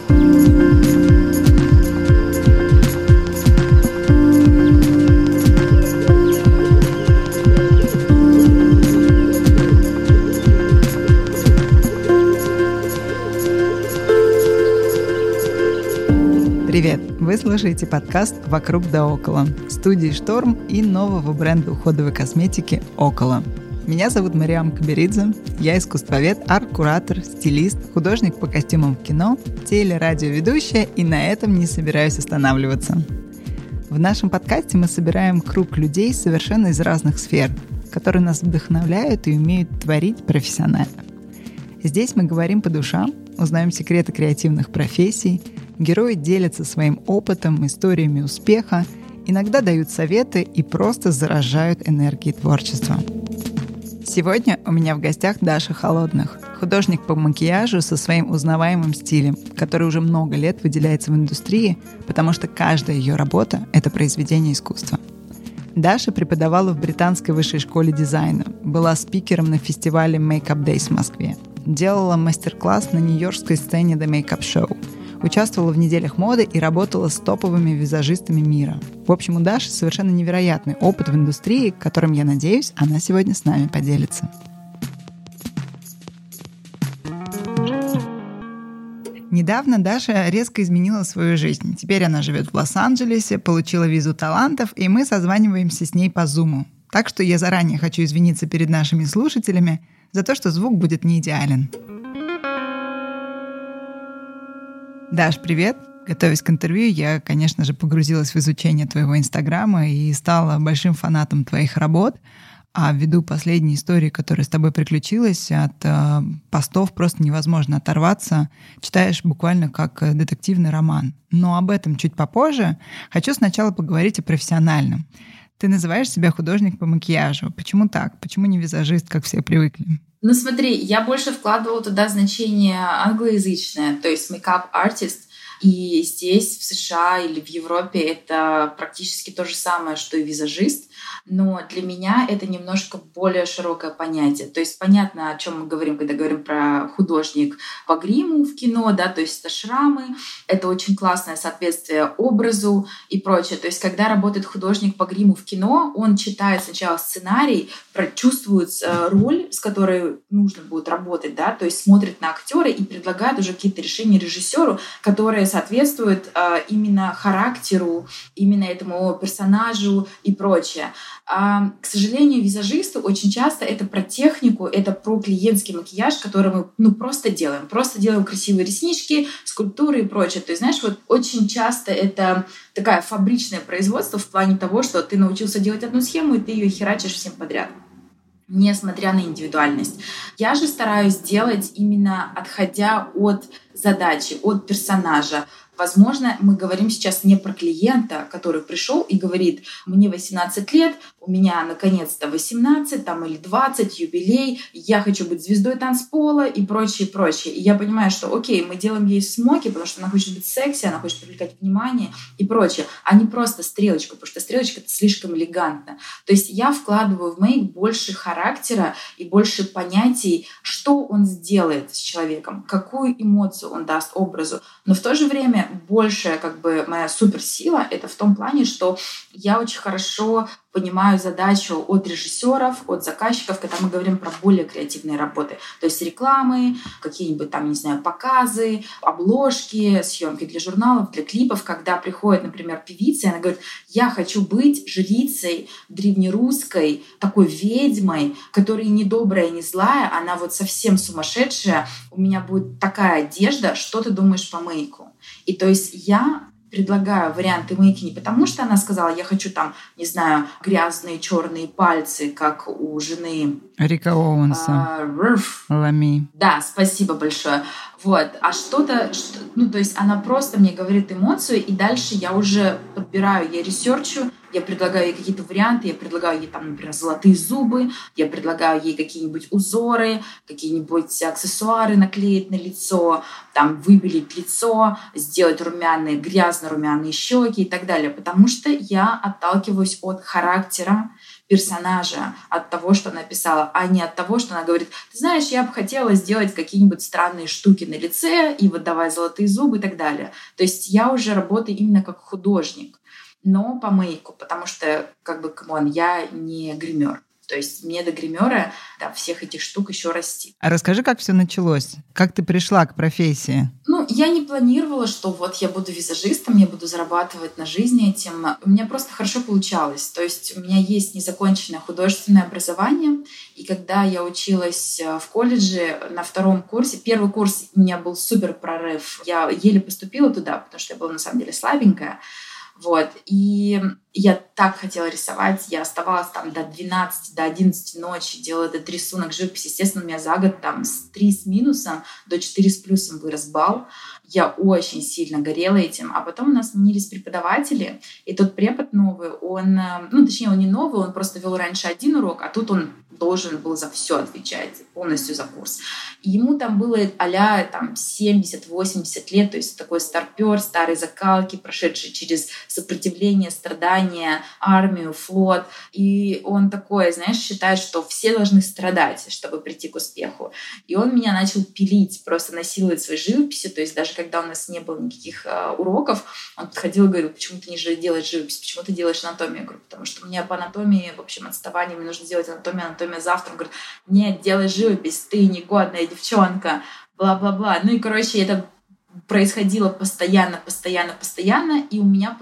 Привет! Вы слушаете подкаст «Вокруг да около» студии «Шторм» и нового бренда уходовой косметики «Около». Меня зовут Мариам Каберидзе, я искусствовед, арт-куратор, стилист, художник по костюмам в кино, телерадиоведущая, и на этом не собираюсь останавливаться. В нашем подкасте мы собираем круг людей совершенно из разных сфер, которые нас вдохновляют и умеют творить профессионально. Здесь мы говорим по душам, узнаем секреты креативных профессий, герои делятся своим опытом, историями успеха, иногда дают советы и просто заражают энергией творчества. Сегодня у меня в гостях Даша Холодных, художник по макияжу со своим узнаваемым стилем, который уже много лет выделяется в индустрии, потому что каждая ее работа — это произведение искусства. Даша преподавала в Британской высшей школе дизайна, была спикером на фестивале Make-up Days в Москве, делала мастер-класс на нью-йоркской сцене The Make-up Show, участвовала в неделях моды и работала с топовыми визажистами мира. В общем, у Даши совершенно невероятный опыт в индустрии, которым, я надеюсь, она сегодня с нами поделится. Недавно Даша резко изменила свою жизнь. Теперь она живет в Лос-Анджелесе, получила визу талантов, и мы созваниваемся с ней по Зуму. Так что я заранее хочу извиниться перед нашими слушателями за то, что звук будет не идеален. Даш, привет! Готовясь к интервью, я, конечно же, погрузилась в изучение твоего Инстаграма и стала большим фанатом твоих работ. А ввиду последней истории, которая с тобой приключилась, от постов просто невозможно оторваться. Читаешь буквально как детективный роман. Но об этом чуть попозже. Хочу сначала поговорить о профессиональном. Ты называешь себя художник по макияжу. Почему так? Почему не визажист, как все привыкли? Ну смотри, я больше вкладывала туда значение англоязычное, то есть makeup-артист. И здесь, в США или в Европе, это практически то же самое, что и визажист. Но для меня это немножко более широкое понятие. То есть понятно, о чем мы говорим, когда говорим про художник по гриму в кино, да, то есть это шрамы, это очень классное соответствие образу и прочее. То есть когда работает художник по гриму в кино, он читает сначала сценарий, чувствует роль, с которой нужно будет работать, да, то есть смотрит на актера и предлагает уже какие-то решения режиссеру, которые соответствуют именно характеру, именно этому персонажу и прочее. К сожалению, визажисты очень часто это про технику, это про клиентский макияж, который мы просто делаем. Просто делаем красивые реснички, скульптуры и прочее. То есть, знаешь, вот очень часто это такое фабричное производство в плане того, что ты научился делать одну схему, и ты ее херачишь всем подряд, несмотря на индивидуальность. Я же стараюсь делать именно отходя от задачи, от персонажа. Возможно, мы говорим сейчас не про клиента, который пришел и говорит: мне 18 лет, у меня наконец-то 18 или 20, юбилей, я хочу быть звездой танцпола и прочее, прочее. И я понимаю, что окей, мы делаем ей смоки, потому что она хочет быть секси, она хочет привлекать внимание и прочее, а не просто стрелочку, потому что стрелочка — это слишком элегантно. То есть я вкладываю в мейк больше характера и больше понятий, что он сделает с человеком, какую эмоцию он даст образу. Но в то же время большая моя суперсила — это в том плане, что я очень хорошо понимаю задачу от режиссеров, от заказчиков, когда мы говорим про более креативные работы. То есть рекламы, какие-нибудь показы, обложки, съемки для журналов, для клипов, когда приходит, например, певица, и она говорит: я хочу быть жрицей древнерусской, такой ведьмой, которая не добрая, не злая, она вот совсем сумасшедшая, у меня будет такая одежда, что ты думаешь по мейку? И то есть я предлагаю варианты мейки не потому, что она сказала: я хочу грязные черные пальцы, как у жены Рика Оуэнса. Лами. Да, спасибо большое. Вот. А то есть она просто мне говорит эмоцию, и дальше я уже подбираю, я ресерчу, я предлагаю ей какие-то варианты, я предлагаю ей, например, золотые зубы, я предлагаю ей какие-нибудь узоры, какие-нибудь аксессуары наклеить на лицо, выбелить лицо, сделать грязно-румяные щеки и так далее. Потому что я отталкиваюсь от характера персонажа от того, что она писала, а не от того, что она говорит: ты знаешь, я бы хотела сделать какие-нибудь странные штуки на лице, и вот давай золотые зубы и так далее. То есть я уже работаю именно как художник, но по мейку, потому что, камон, я не гример. То есть мне до гримера, всех этих штук еще расти. А расскажи, как все началось? Как ты пришла к профессии? Я не планировала, что вот я буду визажистом, я буду зарабатывать на жизни этим. У меня просто хорошо получалось. То есть у меня есть незаконченное художественное образование. И когда я училась в колледже на 2 курсе, 1 курс у меня был супер прорыв. Я еле поступила туда, потому что я была на самом деле слабенькая. И я так хотела рисовать, я оставалась там до 12, до 11 ночи, делала этот рисунок, живопись. Естественно, у меня за год там с 3 с минусом до 4 с плюсом вырос балл. Я очень сильно горела этим. А потом у нас сменились преподаватели, и тот препод новый, он не новый, он просто вел раньше 1 урок, а тут он должен был за все отвечать, полностью за курс. И ему там было а-ля 70-80 лет, то есть такой старпер, старой закалки, прошедший через сопротивление, страдания, армию, флот. И он такой, считает, что все должны страдать, чтобы прийти к успеху. И он меня начал пилить, просто насиловать своей живописью, то есть даже когда у нас не было никаких уроков, он подходил и говорил: почему ты не делаешь живопись, почему ты делаешь анатомию? Я говорю: потому что у меня по анатомии, в общем, отставание, мне нужно делать анатомию завтра. Он говорит: нет, делай живопись, ты негодная девчонка, бла-бла-бла. Это происходило постоянно, и у меня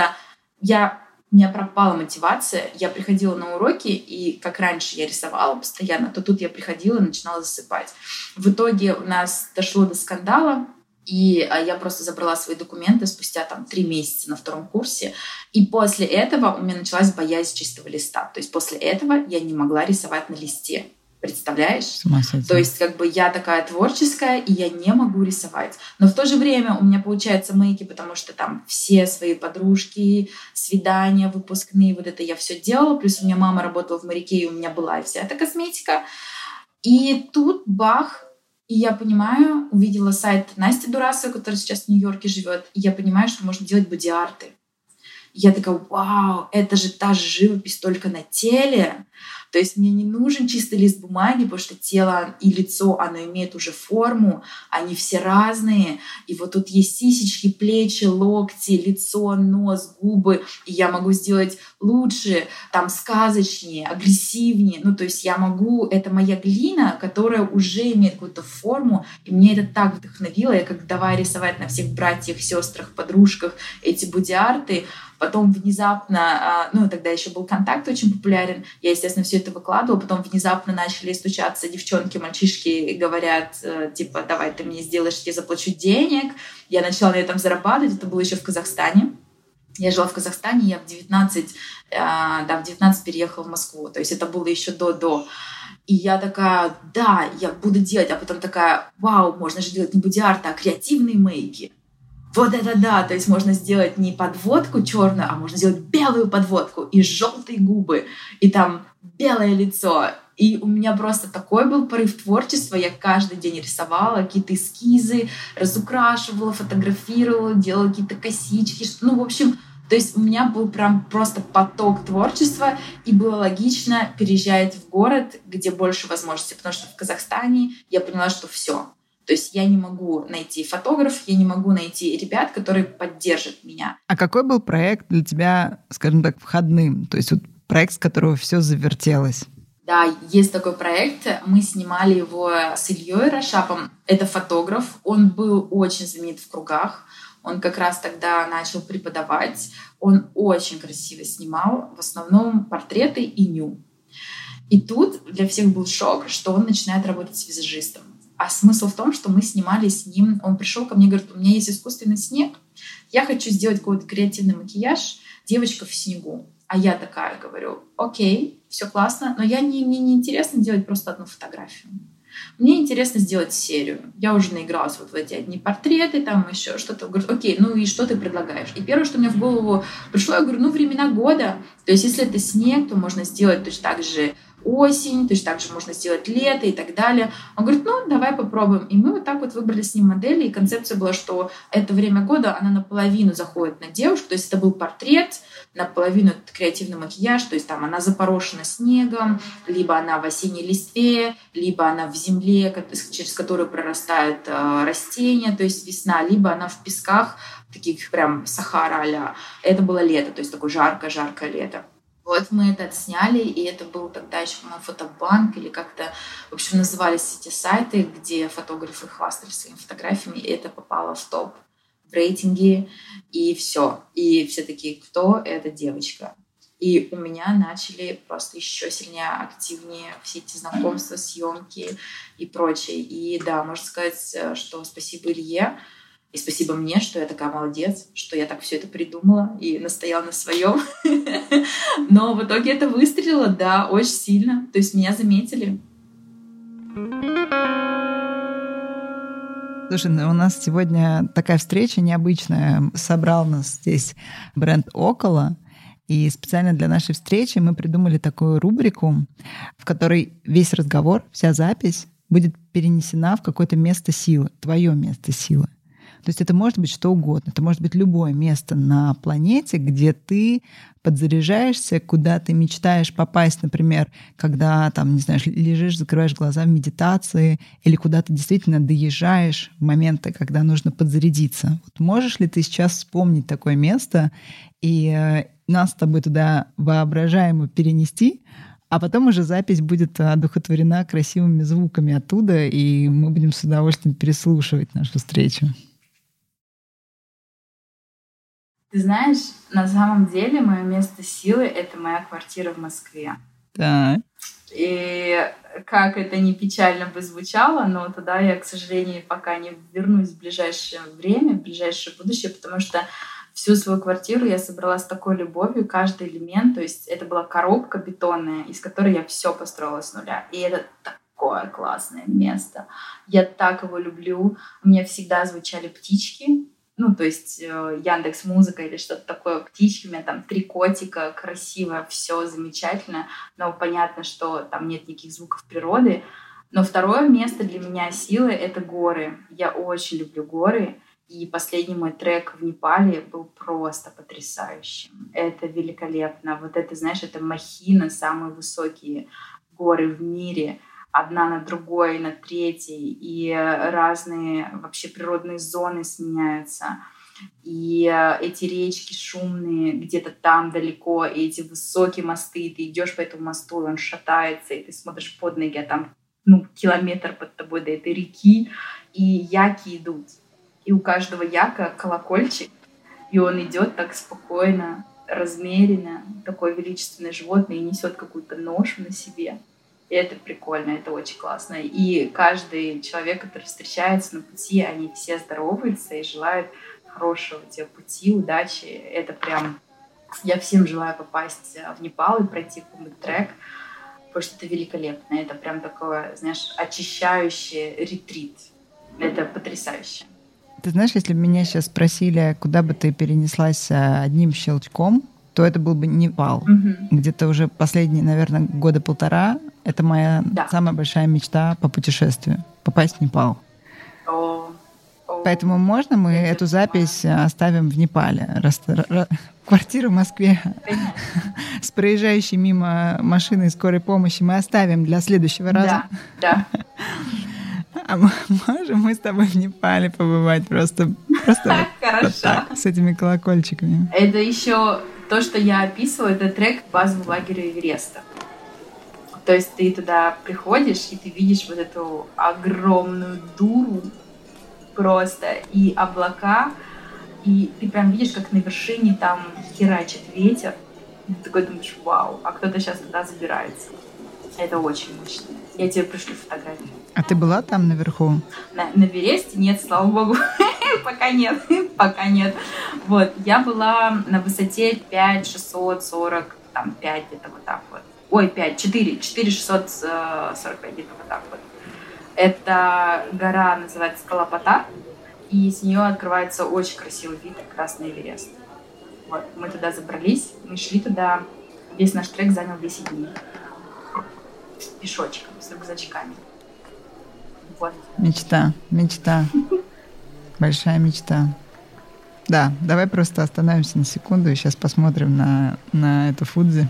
у меня пропала мотивация. Я приходила на уроки, и как раньше я рисовала постоянно, то тут я приходила и начинала засыпать. В итоге у нас дошло до скандала, и я просто забрала свои документы спустя 3 месяца на 2 курсе. И после этого у меня началась боязнь чистого листа. То есть после этого я не могла рисовать на листе. Представляешь? То есть я такая творческая, и я не могу рисовать. Но в то же время у меня получается мейки, потому что там все свои подружки, свидания, выпускные, это я все делала. Плюс у меня мама работала в моряке, и у меня была вся эта косметика. И тут бах! И я понимаю, увидела сайт Насти Дурасовой, которая сейчас в Нью-Йорке живет, и я понимаю, что можно делать боди-арты. Я такая: вау, это же та же живопись, только на теле. То есть мне не нужен чистый лист бумаги, потому что тело и лицо, оно имеет уже форму, они все разные. И вот тут есть сисечки, плечи, локти, лицо, нос, губы. И я могу сделать лучше, сказочнее, агрессивнее. То есть я могу... Это моя глина, которая уже имеет какую-то форму. И мне это так вдохновило. Я давай рисовать на всех братьях, сестрах, подружках эти боди-арты. Потом внезапно, тогда еще был «Контакт» очень популярен, я, естественно, все это выкладывала, потом внезапно начали стучаться девчонки, мальчишки, и говорят, давай ты мне сделаешь, я заплачу денег. Я начала на этом зарабатывать, это было еще в Казахстане. Я жила в Казахстане, я в 19 переехала в Москву, то есть это было еще до. И я такая: да, я буду делать, а потом такая: вау, можно же делать не боди-арты, а креативные мейки. Вот это да! То есть можно сделать не подводку черную, а можно сделать белую подводку и желтые губы, и там белое лицо. И у меня просто такой был порыв творчества. Я каждый день рисовала какие-то эскизы, разукрашивала, фотографировала, делала какие-то косички. В общем, то есть у меня был прям просто поток творчества, и было логично переезжать в город, где больше возможностей, потому что в Казахстане я поняла, что все. То есть я не могу найти фотографов, я не могу найти ребят, которые поддержат меня. А какой был проект для тебя, скажем так, входным? То есть проект, с которого все завертелось? Да, есть такой проект. Мы снимали его с Ильей Рашапом. Это фотограф. Он был очень знаменит в кругах. Он как раз тогда начал преподавать. Он очень красиво снимал. В основном портреты и ню. И тут для всех был шок, что он начинает работать с визажистом. А смысл в том, что мы снимали с ним... Он пришел ко мне и говорит: у меня есть искусственный снег, я хочу сделать какой-то креативный макияж, девочка в снегу. А я такая говорю: окей, все классно, но мне не интересно делать просто одну фотографию. Мне интересно сделать серию. Я уже наигралась в эти одни портреты, там еще что-то. Говорю: окей, и что ты предлагаешь? И первое, что мне в голову пришло, я говорю: времена года. То есть если это снег, то можно сделать точно так же осень, то есть также можно сделать лето и так далее. Он говорит, ну, давай попробуем. И мы вот так вот выбрали с ним модели, и концепция была, что это время года, она наполовину заходит на девушку, то есть это был портрет, наполовину это креативный макияж, то есть там она запорошена снегом, либо она в осенней листве, либо она в земле, через которую прорастают растения, то есть весна, либо она в песках, таких прям Сахара а-ля. Это было лето, то есть такое жаркое-жаркое лето. Вот мы это отсняли, и это был тогда еще, по-моему, фотобанк, или как-то, в общем, назывались эти сайты, где фотографы хвастались своими фотографиями, и это попало в топ в рейтинге, и все. И все такие, кто эта девочка? И у меня начали просто еще сильнее, активнее все эти знакомства, съемки и прочее. И да, можно сказать, что спасибо Илье, и спасибо мне, что я такая молодец, что я так все это придумала и настояла на своем. Но в итоге это выстрелило, да, очень сильно. То есть меня заметили. Слушай, у нас сегодня такая встреча необычная. Собрал нас здесь бренд «Около». И специально для нашей встречи мы придумали такую рубрику, в которой весь разговор, вся запись будет перенесена в какое-то место силы, твое место силы. То есть это может быть что угодно. Это может быть любое место на планете, где ты подзаряжаешься, куда ты мечтаешь попасть, например, когда там, не знаю, лежишь, закрываешь глаза в медитации, или куда ты действительно доезжаешь в моменты, когда нужно подзарядиться. Вот можешь ли ты сейчас вспомнить такое место и нас с тобой туда воображаемо перенести, а потом уже запись будет одухотворена красивыми звуками оттуда, и мы будем с удовольствием переслушивать нашу встречу. Ты знаешь, на самом деле мое место силы — это моя квартира в Москве. Так. И как это ни печально бы звучало, но туда я, к сожалению, пока не вернусь в ближайшее время, в ближайшее будущее, потому что всю свою квартиру я собрала с такой любовью, каждый элемент, то есть это была коробка бетонная, из которой я все построила с нуля. И это такое классное место. Я так его люблю. У меня всегда звучали птички. Ну, то есть Яндекс.Музыка или что-то такое, птички, у меня там 3 котика, красиво, все замечательно, но понятно, что там нет никаких звуков природы. Но второе место для меня силы — это горы. Я очень люблю горы, и последний мой трек в Непале был просто потрясающим. Это великолепно. Вот это, знаешь, это махина, самые высокие горы в мире, одна на другой, на третьей, и разные вообще природные зоны сменяются. И эти речки шумные где-то там далеко, и эти высокие мосты, и ты идешь по этому мосту, и он шатается, и ты смотришь под ноги, а там километр под тобой до этой реки, и яки идут. И у каждого яка колокольчик, и он идет так спокойно, размеренно, такое величественное животное, и несет какую-то ношу на себе. И это прикольно, это очень классно. И каждый человек, который встречается на пути, они все здороваются и желают хорошего тебе пути, удачи. Это прям... Я всем желаю попасть в Непал и пройти какой-нибудь трек, потому что это великолепно. Это прям такое, знаешь, очищающий ретрит. Это потрясающе. Ты знаешь, если бы меня сейчас спросили, куда бы ты перенеслась одним щелчком, то это был бы Непал. Где-то уже последние, наверное, 1.5 года это моя самая большая мечта по путешествию — попасть в Непал. Поэтому можно мы эту запись оставим в Непале? Квартиру в Москве с проезжающей мимо машиной скорой помощи мы оставим для следующего раза? Да. А можем мы с тобой в Непале побывать просто вот так, с этими колокольчиками? Это еще то, что я описываю, это трек базового лагеря Эвереста. То есть ты туда приходишь, и ты видишь вот эту огромную дуру просто, и облака, и ты прям видишь, как на вершине там херачит ветер. И ты такой думаешь, вау, а кто-то сейчас туда забирается. Это очень мощно. Я тебе пришлю фотографию. А ты была там наверху? На Эвересте? Нет, слава богу. Пока нет. Вот, я была на высоте 5645, где-то вот так вот. Ой, 4645, где-то вот так вот. Это гора называется Калапатар, и с нее открывается очень красивый вид как раз на Эверест. Вот, мы туда забрались, мы шли туда, весь наш трек занял 10 дней. пешочком, с рюкзачками. Вот. Мечта. Большая мечта. Да, давай просто остановимся на секунду и сейчас посмотрим на эту Фудзи.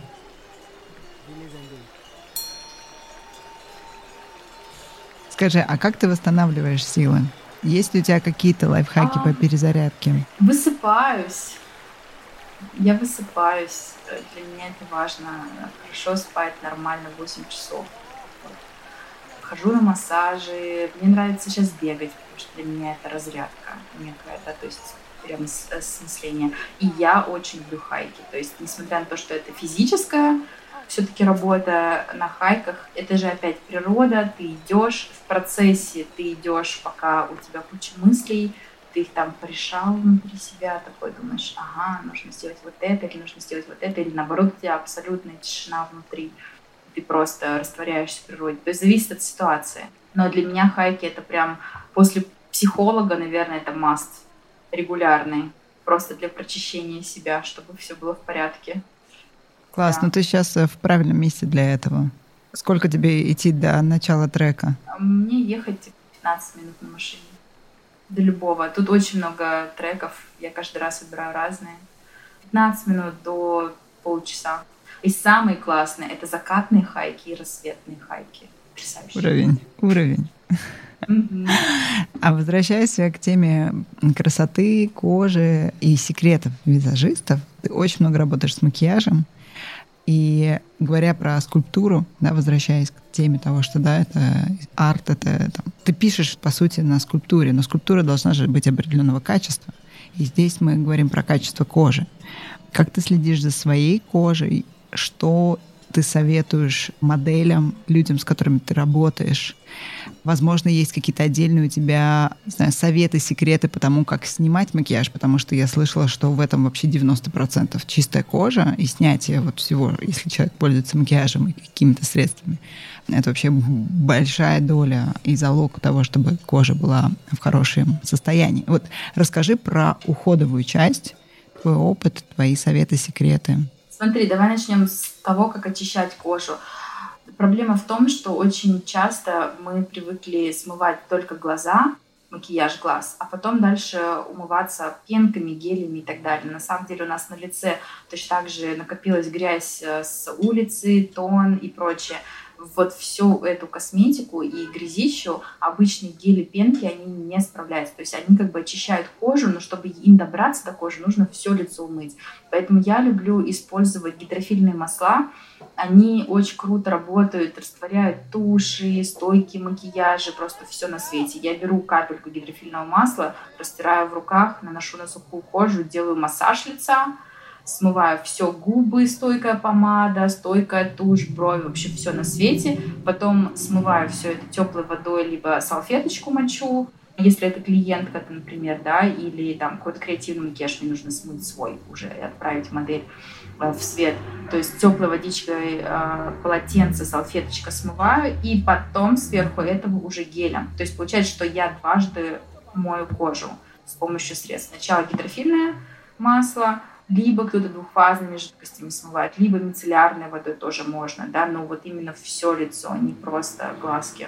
Скажи, а как ты восстанавливаешь силы? Есть ли у тебя какие-то лайфхаки по перезарядке? Высыпаюсь. Я высыпаюсь. Для меня это важно. Хорошо спать нормально 8 часов. Хожу на массажи. Мне нравится сейчас бегать, потому что для меня это разрядка некая, да, то есть прям осмысление. И я очень люблю хайки. То есть, несмотря на то, что это физическая все-таки работа на хайках, это же опять природа, ты идешь в процессе, ты идешь, пока у тебя куча мыслей, ты их там порешал внутри себя, такой думаешь, ага, нужно сделать вот это, или нужно сделать вот это, или наоборот, у тебя абсолютная тишина внутри, ты просто растворяешься в природе. То есть зависит от ситуации. Но для меня хайки это прям после психолога, наверное, это must регулярный, просто для прочищения себя, чтобы все было в порядке. Класс, да. Ну ты сейчас в правильном месте для этого. Сколько тебе идти до начала трека? Мне ехать 15 минут на машине. До любого. Тут очень много треков, я каждый раз выбираю разные. 15 минут до полчаса. И самые классные — это закатные хайки и рассветные хайки. Потрясающе. Уровень. А возвращаясь к теме красоты, кожи и секретов визажистов, ты очень много работаешь с макияжем. И говоря про скульптуру, да, возвращаясь к теме того, что да, это арт, это там, ты пишешь, по сути, на скульптуре, но скульптура должна же быть определенного качества. И здесь мы говорим про качество кожи. Как ты следишь за своей кожей? Что ты советуешь моделям, людям, с которыми ты работаешь? Возможно, есть какие-то отдельные у тебя, не знаю, советы, секреты по тому, как снимать макияж, потому что я слышала, что в этом вообще 90% чистая кожа и снятие вот всего, если человек пользуется макияжем и какими-то средствами. Это вообще большая доля и залог того, чтобы кожа была в хорошем состоянии. Вот расскажи про уходовую часть, твой опыт, твои советы, секреты. Смотри, давай начнем с того, как очищать кожу. Проблема в том, что очень часто мы привыкли смывать только глаза, макияж глаз, а потом дальше умываться пенками, гелями и так далее. На самом деле у нас на лице точно так же накопилась грязь с улицы, тон и прочее. Вот всю эту косметику и грязищу обычные гели, пенки, они не справляются. То есть они как бы очищают кожу, но чтобы им добраться до кожи, нужно все лицо умыть. Поэтому я люблю использовать гидрофильные масла. Они очень круто работают, растворяют туши, стойки, макияжи, просто все на свете. Я беру капельку гидрофильного масла, растираю в руках, наношу на сухую кожу, делаю массаж лица, смываю все, губы, стойкая помада, стойкая тушь, брови, вообще все на свете. Потом смываю все это теплой водой, либо салфеточку мочу. Если это клиентка, например, да, или там какой-то креативный макияж, мне нужно смыть свой уже и отправить модель в свет. То есть теплой водичкой полотенце, салфеточка смываю, и потом сверху этого уже гелем. То есть получается, что я дважды мою кожу с помощью средств. Сначала гидрофильное масло, либо кто-то двухфазными жидкостями смывает, либо мицеллярной водой тоже можно, да, но вот именно все лицо, не просто глазки.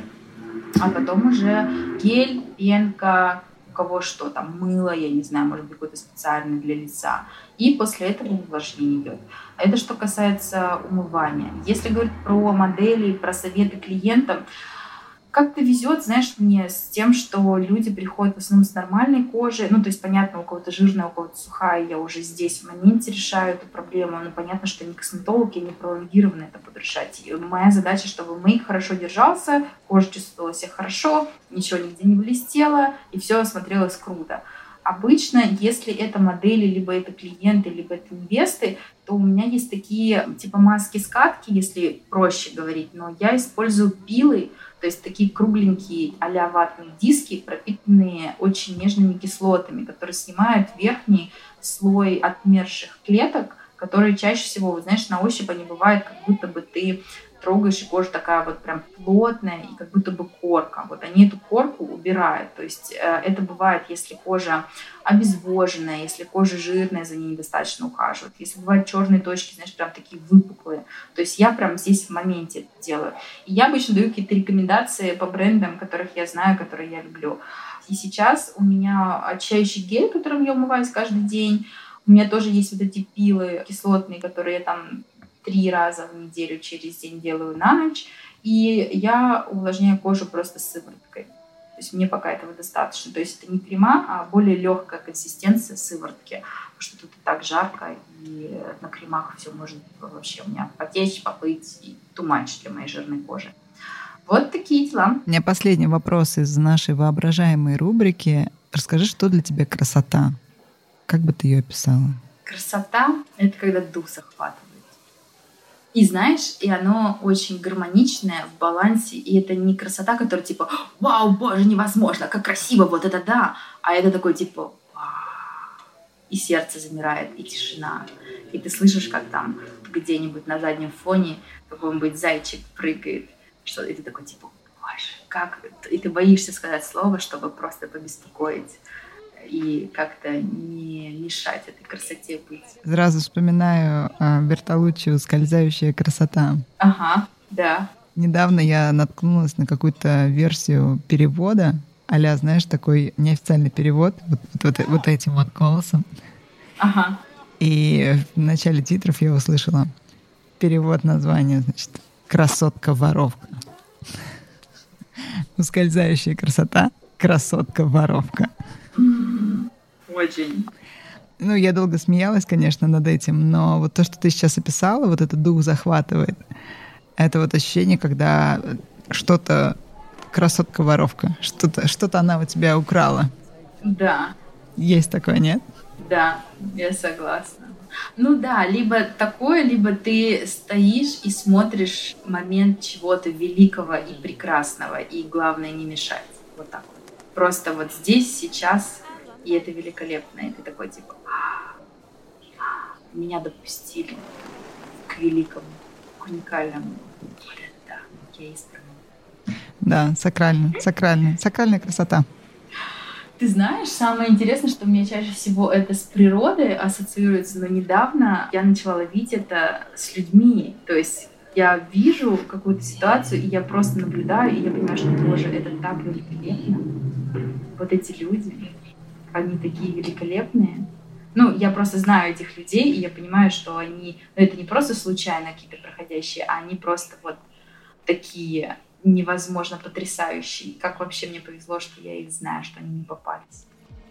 А потом уже гель, пенка, у кого что там, мыло, я не знаю, может быть, какое-то специальное для лица. И после этого увлажнение идет. Это что касается умывания. Если говорить про модели, про советы клиентам, как-то везет, знаешь, мне с тем, что люди приходят в основном с нормальной кожей. Ну, то есть, понятно, у кого-то жирная, у кого-то сухая. Я уже здесь в моменте решаю эту проблему. Но понятно, что не косметолог, я не пролонгированно это буду решать. И моя задача, чтобы мейк хорошо держался, кожа чувствовала себя хорошо, ничего нигде не блестело, и все смотрелось круто. Обычно, если это модели, либо это клиенты, либо это невесты, то у меня есть такие типа маски-скатки, если проще говорить, но я использую пилы, то есть такие кругленькие а-ля ватные диски, пропитанные очень нежными кислотами, которые снимают верхний слой отмерших клеток, которые чаще всего, знаешь, на ощупь они бывают, как будто бы ты трогаешь, и кожа такая вот прям плотная и как будто бы корка. Вот они эту корку убирают. То есть это бывает, если кожа обезвоженная, если кожа жирная, за ней недостаточно ухаживают. Если бывают черные точки, знаешь, прям такие выпуклые. То есть я прям здесь в моменте это делаю. И я обычно даю какие-то рекомендации по брендам, которых я знаю, которые я люблю. И сейчас у меня очищающий гель, которым я умываюсь каждый день. У меня тоже есть вот эти пилы кислотные, которые я там 3 раза в неделю через день делаю на ночь. И я увлажняю кожу просто сывороткой. То есть мне пока этого достаточно. То есть это не крема, а более легкая консистенция сыворотки. Потому что тут и так жарко, и на кремах все может вообще у меня потечь, поплыть, и too much для моей жирной кожи. Вот такие дела. У меня последний вопрос из нашей воображаемой рубрики. Расскажи, что для тебя красота? Как бы ты ее описала? Красота — это когда дух захватывает. И знаешь, и оно очень гармоничное, в балансе, и это не красота, которая типа «Вау, боже, невозможно, как красиво, вот это да!» А это такой типа «Вау!» И сердце замирает, и тишина. И ты слышишь, как там где-нибудь на заднем фоне какой-нибудь зайчик прыгает, что и ты такой типа «Боже, как...» И ты боишься сказать слово, чтобы просто побеспокоить и как-то не мешать этой красоте быть. Сразу вспоминаю Бертолуччи «Ускользающая красота». Ага, да. Недавно я наткнулась на какую-то версию перевода, а-ля, знаешь, такой неофициальный перевод вот этим вот голосом. Ага. И в начале титров я услышала перевод названия, значит, «Красотка-воровка». «Ускользающая красота, красотка-воровка». Очень. Ну, я долго смеялась, конечно, над этим, но вот то, что ты сейчас описала, вот этот дух захватывает. Это вот ощущение, когда что-то красотка-воровка, что-то она у тебя украла. Да. Есть такое, нет? Да, я согласна. Ну да, либо такое, либо ты стоишь и смотришь момент чего-то великого и прекрасного, и главное не мешать. Вот так вот. Просто вот здесь, сейчас, и это великолепно. И ты такой типа, меня допустили к великому, к уникальному. Вот это да, я избрана. Да, сакральная красота. Ты знаешь, самое интересное, что мне чаще всего это с природой ассоциируется, но недавно я начала ловить это с людьми. То есть я вижу какую-то ситуацию, и я просто наблюдаю, и я понимаю, что, боже, это так великолепно. Вот эти люди, они такие великолепные. Ну, я просто знаю этих людей, и я понимаю, что они... Ну, это не просто случайно какие-то проходящие, а они просто вот такие невозможно потрясающие. Как вообще мне повезло, что я их знаю, что они не попались.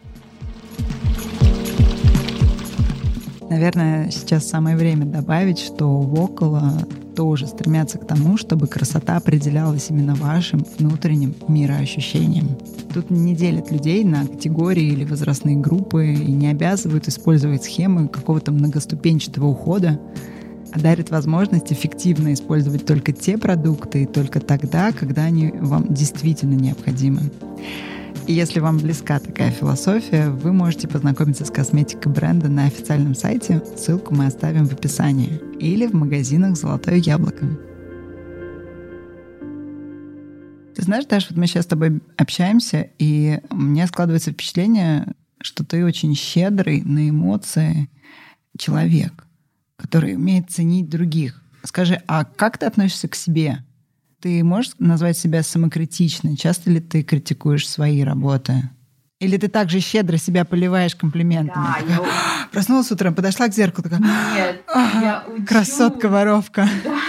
Наверное, сейчас самое время добавить, что в Около тоже стремятся к тому, чтобы красота определялась именно вашим внутренним мироощущением. Тут не делят людей на категории или возрастные группы и не обязывают использовать схемы какого-то многоступенчатого ухода, а дарят возможность эффективно использовать только те продукты и только тогда, когда они вам действительно необходимы. И если вам близка такая философия, вы можете познакомиться с косметикой бренда на официальном сайте, ссылку мы оставим в описании, или в магазинах «Золотое яблоко». Ты знаешь, Даш, вот мы сейчас с тобой общаемся, и у меня складывается впечатление, что ты очень щедрый на эмоции человек, который умеет ценить других. Скажи, а как ты относишься к себе? Ты можешь назвать себя самокритичной? Часто ли ты критикуешь свои работы? Или ты также щедро себя поливаешь комплиментами? Да, такая, проснулась утром, подошла к зеркалу, такая, нет, я учусь. Красотка-воровка.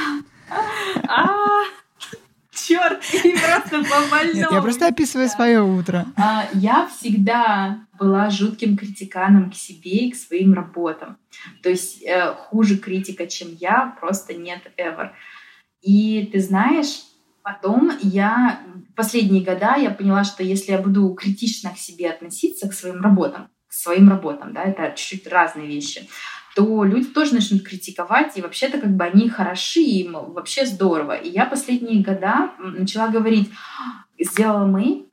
Черт, ты просто по-больному. Нет, я просто описываю свое утро. Я всегда была жутким критиканом к себе и к своим работам. То есть хуже критика, чем я, просто нет ever. И ты знаешь, потом последние года я поняла, что если я буду критично к себе относиться, к своим работам, да, это чуть-чуть разные вещи, то люди тоже начнут критиковать, и вообще-то как бы они хороши, им вообще здорово. И я последние года начала говорить, сделала мейк,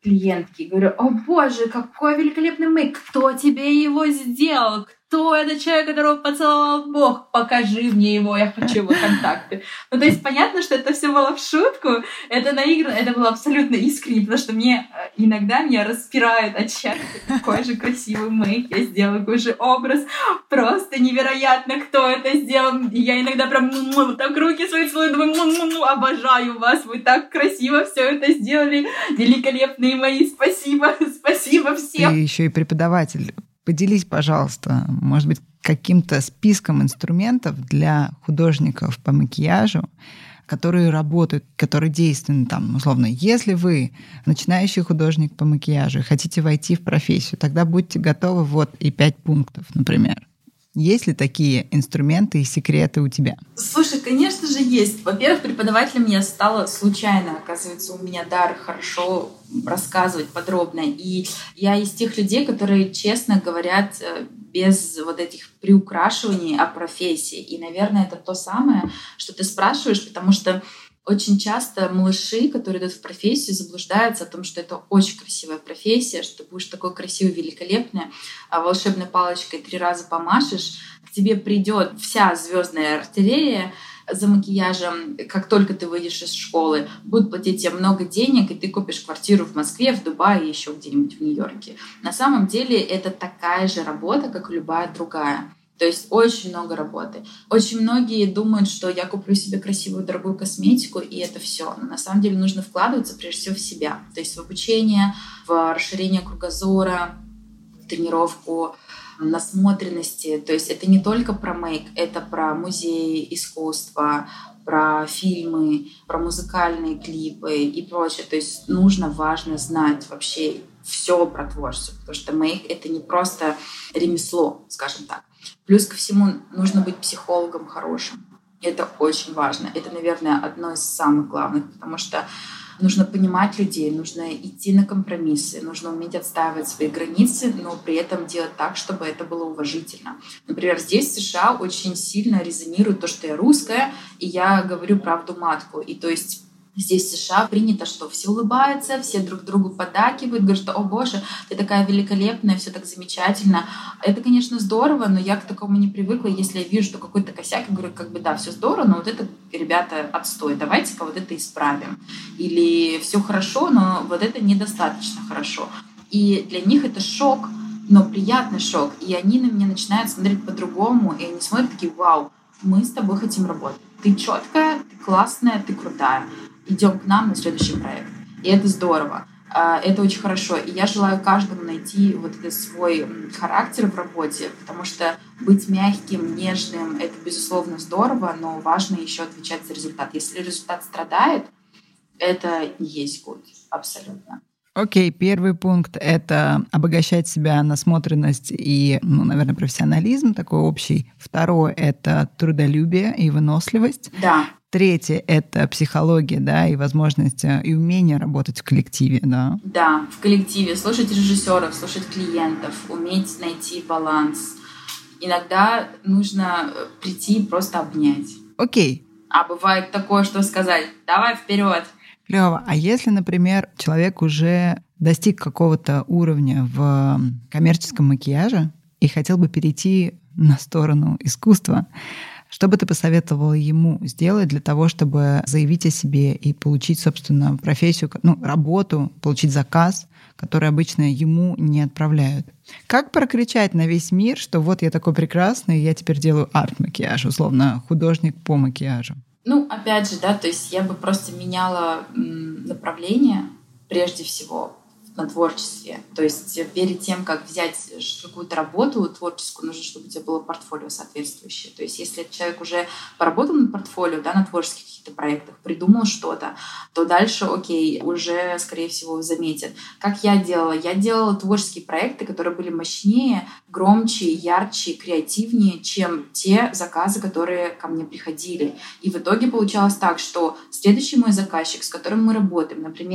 клиентки, говорю: о боже, какой великолепный мейк, кто тебе его сделал? Кто это человек, которого поцеловал Бог? Покажи мне его, я хочу его контакты. Ну, то есть понятно, что это все было в шутку, это наиграно, это было абсолютно искренне, потому что иногда меня распирает от счастья. Какой же красивый мейк я сделала, какой же образ. Просто невероятно, кто это сделал. И я иногда прям так руки свои целую, думаю: обожаю вас, вы так красиво все это сделали. Великолепные мои, спасибо, спасибо всем. Ты еще и преподаватель. Поделись, пожалуйста, может быть, каким-то списком инструментов для художников по макияжу, которые работают, которые действенны там, условно. Если вы начинающий художник по макияжу и хотите войти в профессию, тогда будьте готовы, вот и 5 пунктов, например. Есть ли такие инструменты и секреты у тебя? Слушай, конечно же, есть. Во-первых, преподавателем я стала случайно. Оказывается, у меня дар хорошо рассказывать подробно. И я из тех людей, которые честно говорят без вот этих приукрашиваний о профессии. И, наверное, это то самое, что ты спрашиваешь, потому что очень часто малыши, которые идут в профессию, заблуждаются о том, что это очень красивая профессия, что ты будешь такой красивый, великолепный, а волшебной палочкой 3 раза помашешь, к тебе придет вся звездная артиллерия за макияжем, как только ты выйдешь из школы, будут платить тебе много денег, и ты купишь квартиру в Москве, в Дубае и еще где-нибудь в Нью-Йорке. На самом деле это такая же работа, как и любая другая. То есть очень много работы. Очень многие думают, что я куплю себе красивую, дорогую косметику, и это все. Но на самом деле нужно вкладываться прежде всего в себя. То есть в обучение, в расширение кругозора, в тренировку насмотренности. То есть это не только про мейк, это про музеи искусства, про фильмы, про музыкальные клипы и прочее. То есть важно знать вообще все про творчество, потому что мейк — это не просто ремесло, скажем так. Плюс ко всему нужно быть психологом хорошим. Это очень важно. Это, наверное, одно из самых главных, потому что нужно понимать людей, нужно идти на компромиссы, нужно уметь отстаивать свои границы, но при этом делать так, чтобы это было уважительно. Например, здесь, в США, очень сильно резонирует то, что я русская, и я говорю правду матку. И то есть здесь, в США, принято, что все улыбаются, все друг другу поддакивают, говорят, что «О боже, ты такая великолепная, все так замечательно». Это, конечно, здорово, но я к такому не привыкла. Если я вижу, что какой-то косяк, я говорю, да, все здорово, но вот это, ребята, отстой, давайте-ка вот это исправим. Или все хорошо, но вот это недостаточно хорошо. И для них это шок, но приятный шок. И они на меня начинают смотреть по-другому, и они смотрят такие: «Вау, мы с тобой хотим работать. Ты четкая, ты классная, ты крутая. Идем к нам на следующий проект». И это здорово. Это очень хорошо. И я желаю каждому найти вот этот свой характер в работе, потому что быть мягким, нежным — это, безусловно, здорово, но важно еще отвечать за результат. Если результат страдает, это и есть good. Абсолютно. Окей, первый пункт — это обогащать себя, насмотренность и, наверное, профессионализм такой общий. Второе — это трудолюбие и выносливость. Да. Третье — это психология, да, и возможность и умение работать в коллективе, да. Да, в коллективе. Слушать режиссеров, слушать клиентов, уметь найти баланс. Иногда нужно прийти и просто обнять. Окей. А бывает такое, что сказать: «Давай вперед». Клево. А если, например, человек уже достиг какого-то уровня в коммерческом макияже и хотел бы перейти на сторону искусства, что бы ты посоветовала ему сделать для того, чтобы заявить о себе и получить, собственно, профессию, работу, получить заказ, который обычно ему не отправляют? Как прокричать на весь мир, что вот я такой прекрасный, я теперь делаю арт-макияж, условно, художник по макияжу? Опять же, да, то есть я бы просто меняла направление прежде всего на творчестве. То есть перед тем, как взять какую-то работу творческую, нужно, чтобы у тебя было портфолио соответствующее. То есть если человек уже поработал над портфолио, да, на творческих каких-то проектах, придумал что-то, то дальше, окей, уже, скорее всего, заметят. Как я делала? Я делала творческие проекты, которые были мощнее, громче, ярче, креативнее, чем те заказы, которые ко мне приходили. И в итоге получалось так, что следующий мой заказчик, с которым мы работаем, например,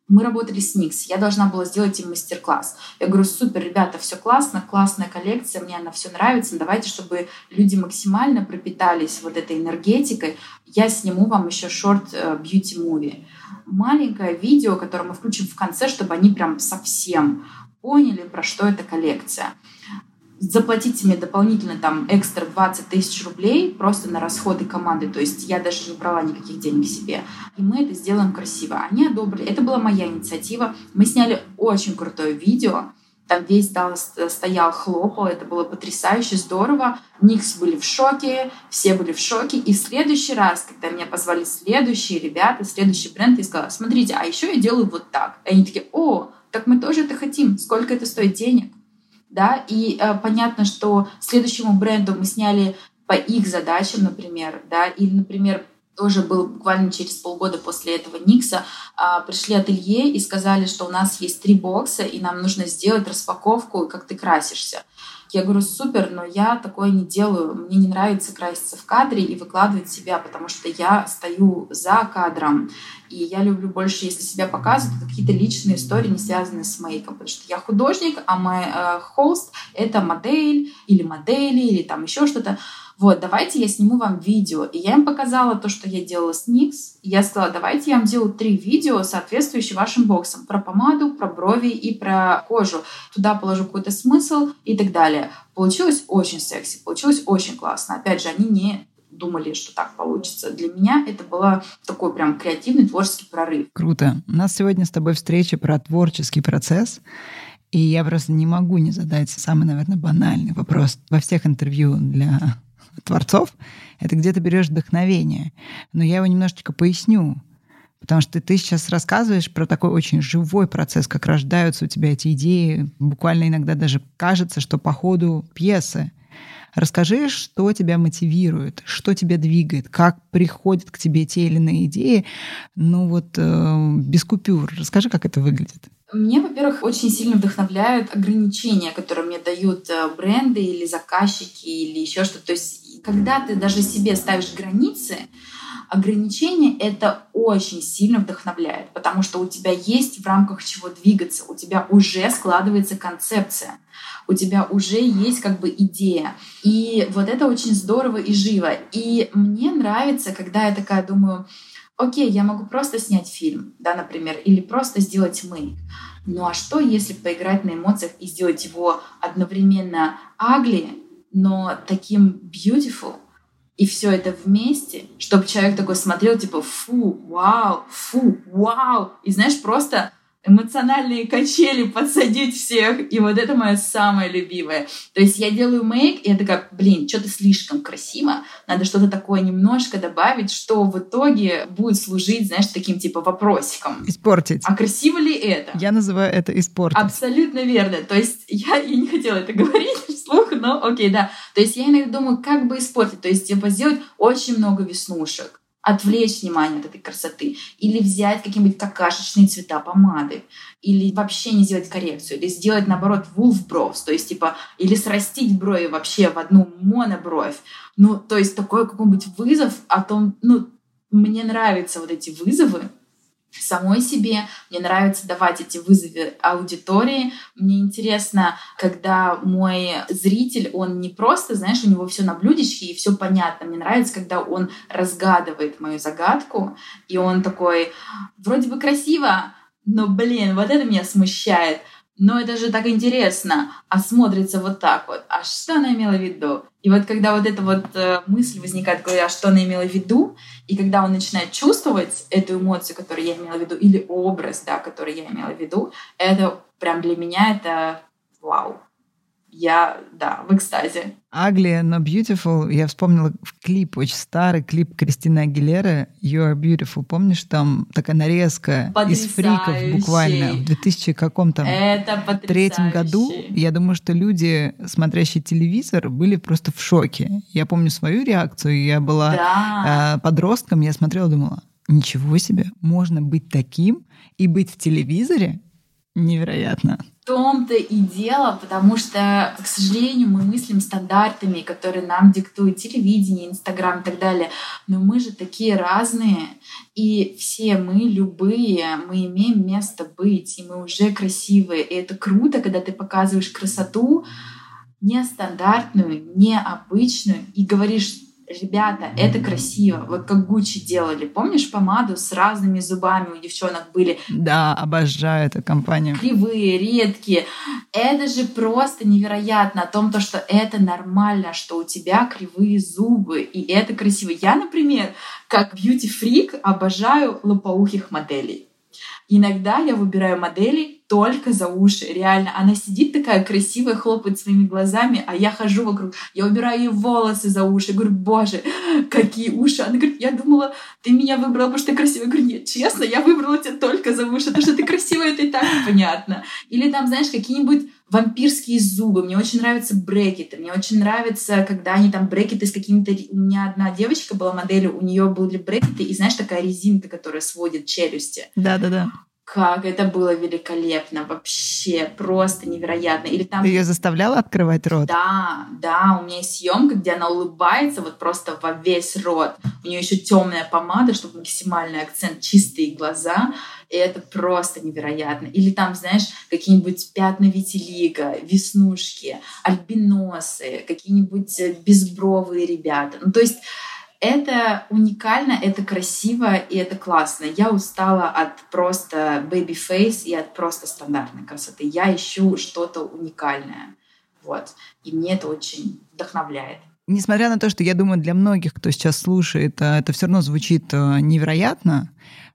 Мы работали с NYX, я должна была сделать им мастер-класс. Я говорю, супер, ребята, все классно, классная коллекция, мне она все нравится, давайте, чтобы люди максимально пропитались вот этой энергетикой, я сниму вам еще шорт бьюти-муви. Маленькое видео, которое мы включим в конце, чтобы они прям совсем поняли, про что эта коллекция. Заплатите мне дополнительно там экстра 20 тысяч рублей просто на расходы команды. То есть я даже не брала никаких денег себе. И мы это сделаем красиво. Они одобрили. Это была моя инициатива. Мы сняли очень крутое видео. Там весь зал стоял, хлопал. Это было потрясающе, здорово. NYX были в шоке, все были в шоке. И в следующий раз, когда меня позвали следующие ребята, следующий бренд, я сказала, смотрите, а еще я делаю вот так. И они такие, о, так мы тоже это хотим. Сколько это стоит денег? Да, и понятно, что следующему бренду мы сняли по их задачам, например, да, или, например, тоже было буквально через полгода после этого NYX, пришли ателье и сказали, что у нас есть 3 бокса, и нам нужно сделать распаковку, как ты красишься. Я говорю, супер, но я такое не делаю. Мне не нравится краситься в кадре и выкладывать себя, потому что я стою за кадром. И я люблю больше, если себя показывать, какие-то личные истории, не связанные с мейком. Потому что я художник, а мой хост — это модель или модели, или там еще что-то. Вот, давайте я сниму вам видео. И я им показала то, что я делала с NYX. И я сказала, давайте я вам делаю 3 видео, соответствующие вашим боксам. Про помаду, про брови и про кожу. Туда положу какой-то смысл и так далее. Получилось очень секси, получилось очень классно. Опять же, они не думали, что так получится. Для меня это был такой прям креативный творческий прорыв. Круто. У нас сегодня с тобой встреча про творческий процесс. И я просто не могу не задать самый, наверное, банальный вопрос. Во всех интервью для творцов это где ты берешь вдохновение. Но я его немножечко поясню. Потому что ты сейчас рассказываешь про такой очень живой процесс, как рождаются у тебя эти идеи. Буквально иногда даже кажется, что по ходу пьесы. Расскажи, что тебя мотивирует, что тебя двигает, как приходят к тебе те или иные идеи, без купюр. Расскажи, как это выглядит. Мне, во-первых, очень сильно вдохновляют ограничения, которые мне дают бренды или заказчики, или еще что-то. То есть, когда ты даже себе ставишь границы, ограничения — это очень сильно вдохновляет, потому что у тебя есть в рамках чего двигаться, у тебя уже складывается концепция, у тебя уже есть как бы идея. И вот это очень здорово и живо. И мне нравится, когда я такая думаю, окей, я могу просто снять фильм, да, например, или просто сделать мейк. Ну а что, если поиграть на эмоциях и сделать его одновременно ugly, но таким beautiful? И все это вместе, чтобы человек такой смотрел, типа, фу, вау, и, знаешь, просто эмоциональные качели подсадить всех. И вот это мое самое любимое. То есть я делаю мейк, и я такая, что-то слишком красиво, надо что-то такое немножко добавить, что в итоге будет служить, знаешь, таким типа вопросиком. Испортить. А красиво ли это? Я называю это испортить. Абсолютно верно. То есть я не хотела это говорить вслух, но окей, да. То есть я иногда думаю, как бы испортить. То есть типа сделать очень много веснушек, отвлечь внимание от этой красоты, или взять какие-нибудь какашечные цвета помады, или вообще не сделать коррекцию, или сделать, наоборот, wolf brows, то есть, типа, или срастить брови вообще в одну монобровь. То есть такой какой-нибудь вызов о том, мне нравятся вот эти вызовы самой себе, мне нравится давать эти вызовы аудитории. Мне интересно, когда мой зритель, он не просто, знаешь, у него все на блюдечке и все понятно. Мне нравится, когда он разгадывает мою загадку, и он такой, вроде бы красиво, но, вот это меня смущает. Но это же так интересно, а смотрится вот так вот. А что она имела в виду? И вот когда вот эта вот мысль возникает, а что она имела в виду, и когда он начинает чувствовать эту эмоцию, которую я имела в виду, или образ, да, который я имела в виду, это прям для меня это вау. Я, в экстазе. Ugly, но beautiful. Я вспомнила клип, очень старый клип Кристины Агилеры «You are beautiful». Помнишь, там такая нарезка из фриков буквально в 2003 году. Я думаю, что люди, смотрящие телевизор, были просто в шоке. Я помню свою реакцию. Я была подростком, я смотрела и думала, ничего себе, можно быть таким и быть в телевизоре? Невероятно. В том-то и дело, потому что, к сожалению, мы мыслим стандартами, которые нам диктуют телевидение, Инстаграм и так далее. Но мы же такие разные, и все мы, любые, мы имеем место быть, и мы уже красивые. И это круто, когда ты показываешь красоту нестандартную, необычную, и говоришь: ребята, это красиво. Вот как Гуччи делали. Помнишь помаду с разными зубами у девчонок были? Да, обожаю эту компанию. Кривые, редкие. Это же просто невероятно о том, что это нормально, что у тебя кривые зубы, и это красиво. Я, например, как бьюти-фрик обожаю лопоухих моделей. Иногда я выбираю модели только за уши. Реально, она сидит такая красивая, хлопает своими глазами, а я хожу вокруг. Я убираю ей волосы за уши. Я говорю: боже, какие уши. Она говорит: я думала, ты меня выбрала, потому что ты красивая. Я говорю: нет, честно, я выбрала тебя только за уши. То, что ты красивая, это и так понятно. Или там, знаешь, какие-нибудь вампирские зубы. Мне очень нравятся брекеты. Мне очень нравится, когда они там брекеты с какими-то... У меня одна девочка была моделью, у нее были брекеты, и знаешь, такая резинка, которая сводит челюсти. Да-да-да. Как это было великолепно, вообще просто невероятно. Или там... Ты ее заставляла открывать рот? Да, у меня есть съемка, где она улыбается вот просто во весь рот. У нее еще темная помада, чтобы максимальный акцент, чистые глаза. И это просто невероятно. Или там, знаешь, какие-нибудь пятна витилиго, веснушки, альбиносы, какие-нибудь безбровые ребята. Ну, то есть это уникально, это красиво и это классно. Я устала от просто baby face и от просто стандартной красоты. Я ищу что-то уникальное. Вот. И мне это очень вдохновляет. Несмотря на то, что я думаю, для многих, кто сейчас слушает, это все равно звучит невероятно,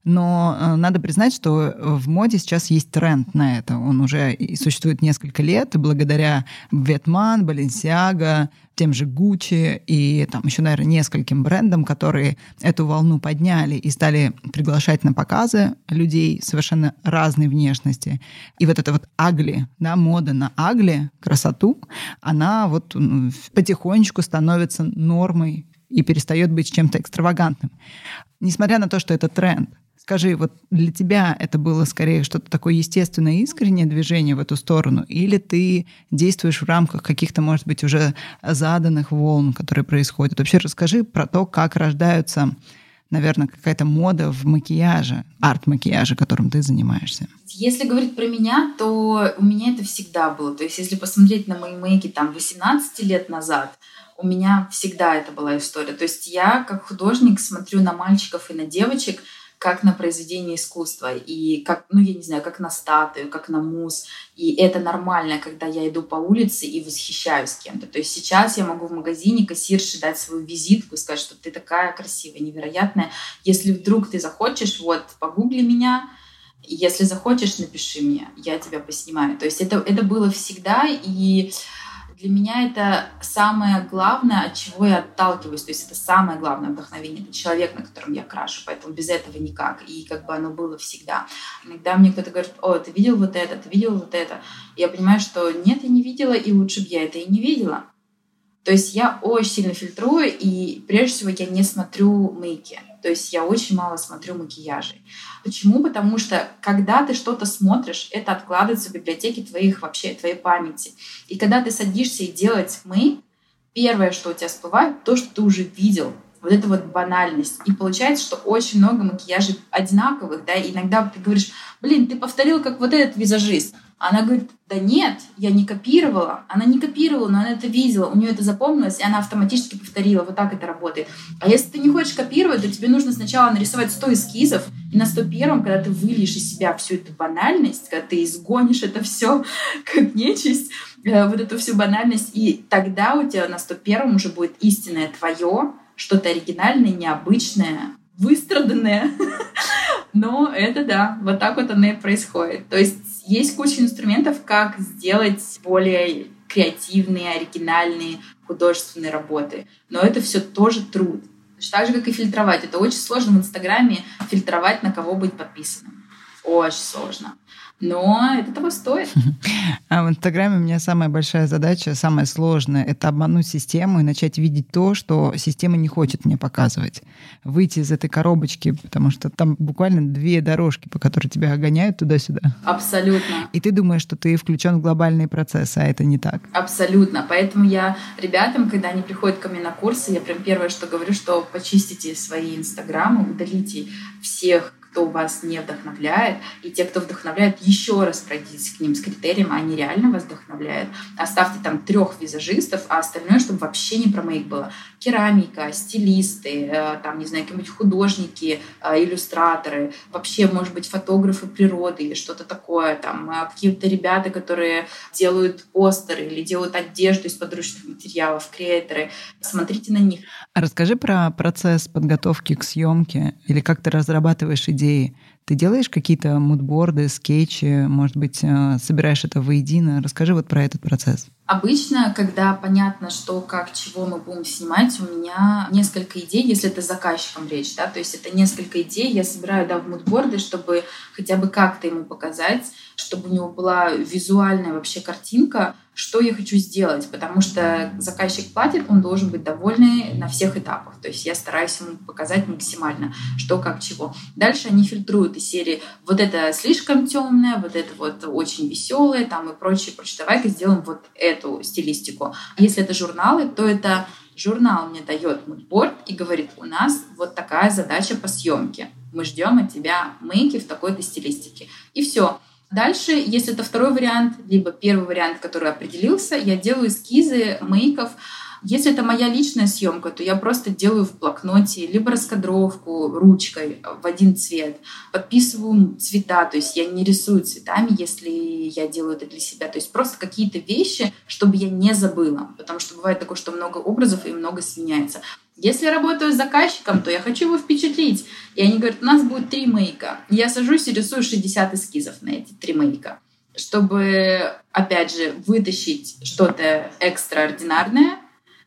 но надо признать, что в моде сейчас есть тренд на это. Он уже существует несколько лет, и благодаря Ветман, Balenciaga, тем же Gucci и там еще, наверное, нескольким брендам, которые эту волну подняли и стали приглашать на показы людей совершенно разной внешности. И вот эта вот ugly, да, мода на ugly, красоту, она вот потихонечку становится нормой и перестает быть чем-то экстравагантным. Несмотря на то, что это тренд, скажи, вот для тебя это было скорее что-то такое естественное, искреннее движение в эту сторону, или ты действуешь в рамках каких-то, может быть, уже заданных волн, которые происходят? Вообще расскажи про то, как рождаются, наверное, какая-то мода в макияже, арт-макияже, которым ты занимаешься. Если говорить про меня, то у меня это всегда было. То есть если посмотреть на мои мейки там 18 лет назад, у меня всегда это была история. То есть я как художник смотрю на мальчиков и на девочек как на произведение искусства, и как, ну, я не знаю, как на статую, как на мусс. И это нормально, когда я иду по улице и восхищаюсь кем-то. То есть сейчас я могу в магазине кассирше дать свою визитку и сказать, что ты такая красивая, невероятная. Если вдруг ты захочешь, вот, погугли меня, если захочешь, напиши мне, я тебя поснимаю. То есть это было всегда, и для меня это самое главное, от чего я отталкиваюсь. То есть это самое главное вдохновение. Это человек, на котором я крашу. Поэтому без этого никак. И как бы оно было всегда. Иногда мне кто-то говорит: о, ты видел вот это, ты видел вот это. И я понимаю, что нет, я не видела, и лучше бы я это и не видела. То есть я очень сильно фильтрую, и прежде всего я не смотрю мейки. То есть я очень мало смотрю макияжей. Почему? Потому что когда ты что-то смотришь, это откладывается в библиотеке твоих вообще, твоей памяти. И когда ты садишься и делаешь мейк, первое, что у тебя всплывает, то, что ты уже видел. Вот это вот банальность. И получается, что очень много макияжей одинаковых, да, и иногда ты говоришь: блин, ты повторил, как вот этот визажист. Она говорит: да нет, я не копировала. Она не копировала, но она это видела, у нее это запомнилось, и она автоматически повторила. Вот так это работает. А если ты не хочешь копировать, то тебе нужно сначала нарисовать 100 эскизов, и на 101-м, когда ты выльешь из себя всю эту банальность, когда ты изгонишь это все как нечисть, вот эту всю банальность, и тогда у тебя на 101-м уже будет истинное твое, что-то оригинальное, необычное, выстраданное. Но это да, вот так вот оно и происходит. То есть есть куча инструментов, как сделать более креативные, оригинальные, художественные работы. Но это все тоже труд. Так же, как и фильтровать. Это очень сложно в Инстаграме фильтровать, на кого быть подписанным. Очень сложно. Но это того стоит. А в Инстаграме у меня самая большая задача, самая сложная — это обмануть систему и начать видеть то, что система не хочет мне показывать. Выйти из этой коробочки, потому что там буквально 2 дорожки, по которым тебя гоняют туда-сюда. Абсолютно. И ты думаешь, что ты включен в глобальные процессы, а это не так. Абсолютно. Поэтому я ребятам, когда они приходят ко мне на курсы, я прям первое, что говорю, что почистите свои инстаграмы, удалите всех, кто вас не вдохновляет, и те, кто вдохновляет, еще раз пройдитесь к ним с критерием, они реально вас вдохновляют. Оставьте там 3 визажистов, а остальное, чтобы вообще не про мейк было. Керамика, стилисты, там, не знаю, какие-нибудь художники, иллюстраторы, вообще, может быть, фотографы природы или что-то такое, там, какие-то ребята, которые делают постеры или делают одежду из подручных материалов, креаторы. Смотрите на них. А расскажи про процесс подготовки к съемке или как ты разрабатываешь идеи. Ты делаешь какие-то мудборды, скетчи, может быть, собираешь это воедино? Расскажи вот про этот процесс. Обычно, когда понятно, что, как, чего мы будем снимать, у меня несколько идей, если это с заказчиком речь, да, то есть это несколько идей, я собираю, да, в мудборды, чтобы хотя бы как-то ему показать, чтобы у него была визуальная вообще картинка, что я хочу сделать, потому что заказчик платит, он должен быть довольный на всех этапах, то есть я стараюсь ему показать максимально, что, как, чего. Дальше они фильтруют из серии вот это слишком темное, вот это вот очень веселое, там и прочее, прочее. Давай-ка сделаем вот эту стилистику. Если это журналы, то это журнал мне дает мудборд и говорит, у нас вот такая задача по съемке. Мы ждем от тебя мейки в такой-то стилистике. И все. Дальше, если это второй вариант, либо первый вариант, который определился, я делаю эскизы мейков. Если это моя личная съемка, то я просто делаю в блокноте либо раскадровку ручкой в один цвет, подписываю цвета, то есть я не рисую цветами, если я делаю это для себя. То есть просто какие-то вещи, чтобы я не забыла, потому что бывает такое, что много образов и много сменяется. Если я работаю с заказчиком, то я хочу его впечатлить. И они говорят, у нас будет 3 мейка. Я сажусь и рисую 60 эскизов на эти 3 мейка, чтобы, опять же, вытащить что-то экстраординарное,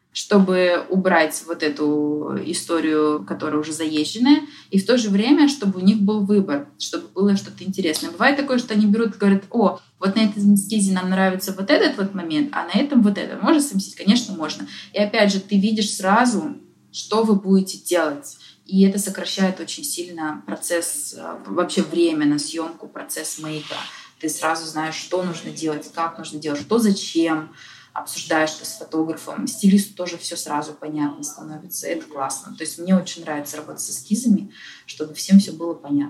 чтобы убрать вот эту историю, которая уже заезженная, и в то же время, чтобы у них был выбор, чтобы было что-то интересное. Бывает такое, что они берут и говорят, о, вот на этом эскизе нам нравится вот этот вот момент, а на этом вот это. Можно совместить? Конечно, можно. И опять же, ты видишь сразу, что вы будете делать. И это сокращает очень сильно процесс, вообще время на съемку, процесс мейка. Ты сразу знаешь, что нужно делать, как нужно делать, что зачем. Обсуждаешь это с фотографом. Стилисту тоже все сразу понятно становится. Это классно. То есть мне очень нравится работать с эскизами, чтобы всем все было понятно.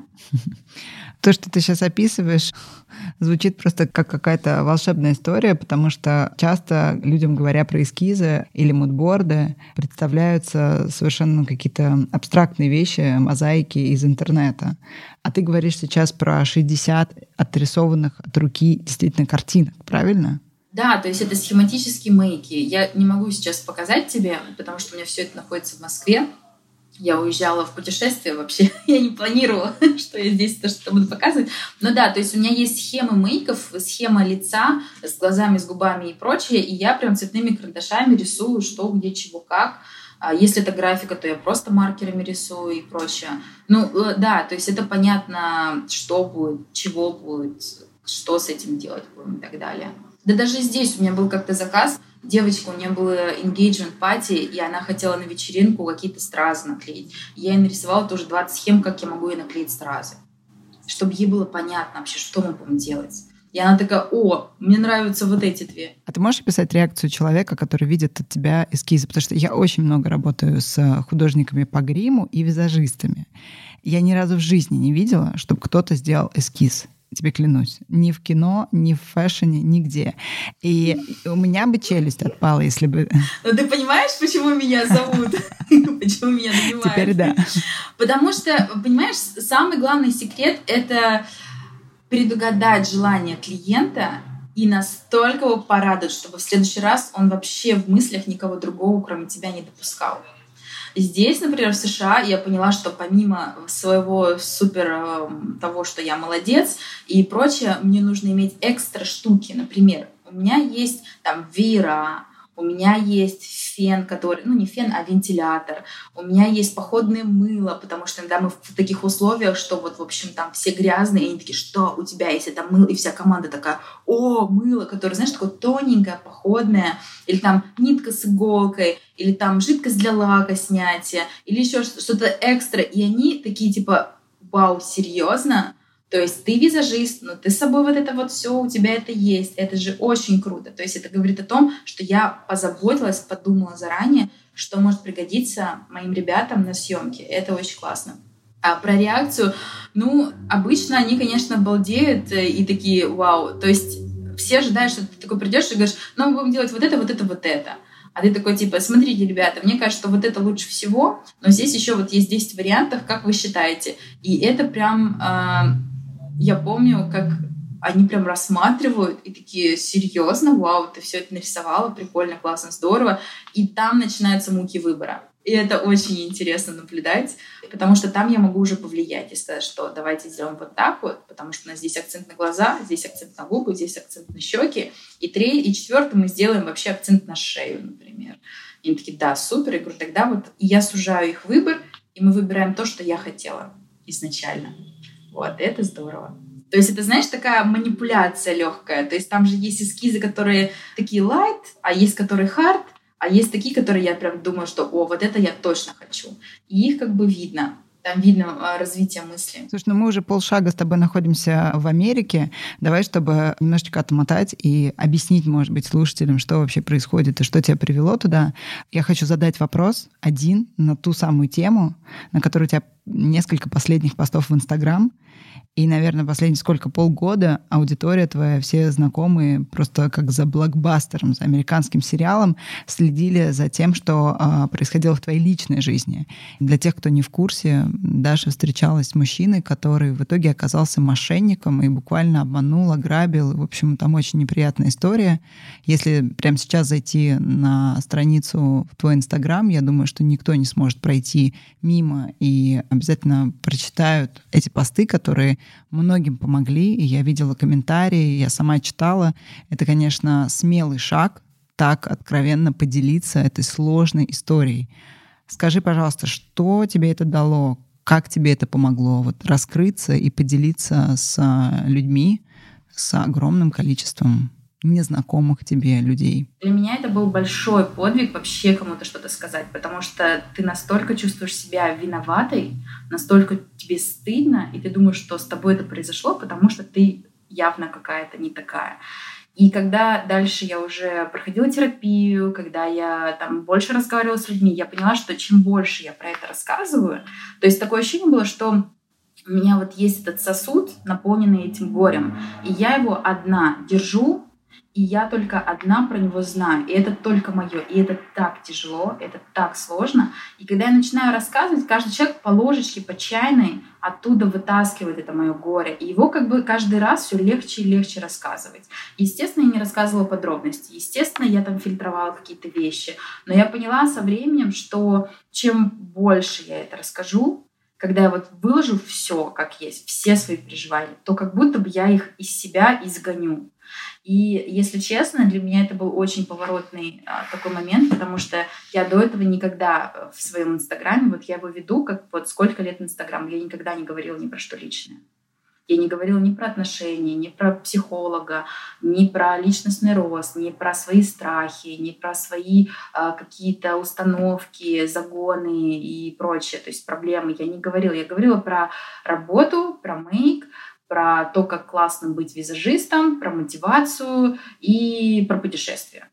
То, что ты сейчас описываешь, звучит просто как какая-то волшебная история, потому что часто людям, говоря про эскизы или мудборды, представляются совершенно какие-то абстрактные вещи, мозаики из интернета. А ты говоришь сейчас про 60 отрисованных от руки действительно картинок, правильно? Да, то есть это схематические мейки. Я не могу сейчас показать тебе, потому что у меня все это находится в Москве. Я уезжала в путешествие вообще. Я не планировала, что я здесь то, что буду показывать. Но да, то есть у меня есть схемы мейков, схема лица с глазами, с губами и прочее. И я прям цветными карандашами рисую, что, где, чего, как. Если это графика, то я просто маркерами рисую и прочее. Ну да, то есть это понятно, что будет, чего будет, что с этим делать будем и так далее. Да даже здесь у меня был как-то заказ. Девочка, у нее был engagement party, и она хотела на вечеринку какие-то стразы наклеить. Я ей нарисовала тоже 20 схем, как я могу ей наклеить стразы. Чтобы ей было понятно вообще, что мы будем делать. И она такая, о, мне нравятся вот эти 2. А ты можешь описать реакцию человека, который видит от тебя эскизы? Потому что я очень много работаю с художниками по гриму и визажистами. Я ни разу в жизни не видела, чтобы кто-то сделал эскиз. Тебе клянусь. Ни в кино, ни в фэшне, нигде. И у меня бы челюсть отпала, если бы... Но ты понимаешь, почему меня зовут? Почему меня нанимают? Теперь да. Потому что, понимаешь, самый главный секрет — это предугадать желание клиента и настолько его порадовать, чтобы в следующий раз он вообще в мыслях никого другого, кроме тебя, не допускал. Здесь, например, в США я поняла, что помимо своего супер того, что я молодец и прочее, мне нужно иметь экстра штуки. Например, у меня есть там веера, у меня есть фен, который, не фен, а вентилятор, у меня есть походное мыло, потому что иногда мы в таких условиях, что в общем, там все грязные, и они такие, что у тебя есть это мыло, и вся команда такая, о, мыло, которое, знаешь, такое тоненькое, походное, или там нитка с иголкой, или там жидкость для лака снятия, или еще что-то экстра, и они такие типа, вау, серьезно? То есть ты визажист, но ты с собой вот это все, у тебя это есть. Это же очень круто. То есть это говорит о том, что я позаботилась, подумала заранее, что может пригодиться моим ребятам на съемке. Это очень классно. А про реакцию, обычно они, конечно, балдеют и такие, вау. То есть все ожидают, что ты такой придешь и говоришь, мы будем делать вот это, вот это, вот это. А ты такой, типа, смотрите, ребята, мне кажется, что вот это лучше всего, но здесь еще вот есть 10 вариантов, как вы считаете. И это прям... Я помню, как они прям рассматривают и такие, серьезно, вау, ты все это нарисовала, прикольно, классно, здорово. И там начинаются муки выбора. И это очень интересно наблюдать, потому что там я могу уже повлиять и сказать, что давайте сделаем вот так вот, потому что у нас здесь акцент на глаза, здесь акцент на губы, здесь акцент на щеки. И четвертый мы сделаем вообще акцент на шею, например. И они такие, да, супер. Я говорю, тогда вот и я сужаю их выбор, и мы выбираем то, что я хотела изначально. Вот, это здорово. То есть это, знаешь, такая манипуляция легкая. То есть там же есть эскизы, которые такие light, а есть которые hard, а есть такие, которые я прям думаю, что вот это я точно хочу. И их как бы видно. Там видно развитие мысли. Слушай, мы уже полшага с тобой находимся в Америке. Давай, чтобы немножечко отмотать и объяснить, может быть, слушателям, что вообще происходит и что тебя привело туда. Я хочу задать вопрос один на ту самую тему, на которую у тебя несколько последних постов в Инстаграм. И, наверное, последние полгода аудитория твоя, все знакомые, просто как за блокбастером, за американским сериалом, следили за тем, что происходило в твоей личной жизни. Для тех, кто не в курсе, Даша встречалась с мужчиной, который в итоге оказался мошенником и буквально обманул, ограбил. В общем, там очень неприятная история. Если прямо сейчас зайти на страницу в твой Инстаграм, я думаю, что никто не сможет пройти мимо и обязательно прочитают эти посты, которые многим помогли, и я видела комментарии, я сама читала. Это, конечно, смелый шаг так откровенно поделиться этой сложной историей. Скажи, пожалуйста, что тебе это дало? Как тебе это помогло раскрыться и поделиться с людьми, с огромным количеством незнакомых тебе людей? Для меня это был большой подвиг вообще кому-то что-то сказать, потому что ты настолько чувствуешь себя виноватой, настолько тебе стыдно, и ты думаешь, что с тобой это произошло, потому что ты явно какая-то не такая. И когда дальше я уже проходила терапию, когда я там больше разговаривала с людьми, я поняла, что чем больше я про это рассказываю, то есть такое ощущение было, что у меня есть этот сосуд, наполненный этим горем, и я его одна держу, и я только одна про него знаю, и это только мое, и это так тяжело, это так сложно. И когда я начинаю рассказывать, каждый человек по ложечке, по чайной оттуда вытаскивает это мое горе, и его каждый раз все легче и легче рассказывать. Естественно, я не рассказывала подробности, естественно, я там фильтровала какие-то вещи, но я поняла со временем, что чем больше я это расскажу, когда я выложу все как есть, все свои переживания, то как будто бы я их из себя изгоню. И, если честно, для меня это был очень поворотный такой момент, потому что я до этого никогда в своем Инстаграме, я его веду, как сколько лет Инстаграм, я никогда не говорила ни про что личное. Я не говорила ни про отношения, ни про психолога, ни про личностный рост, ни про свои страхи, ни про свои какие-то установки, загоны и прочее, то есть проблемы. Я не говорила. Я говорила про работу, про мейк, про то, как классно быть визажистом, про мотивацию и про путешествия.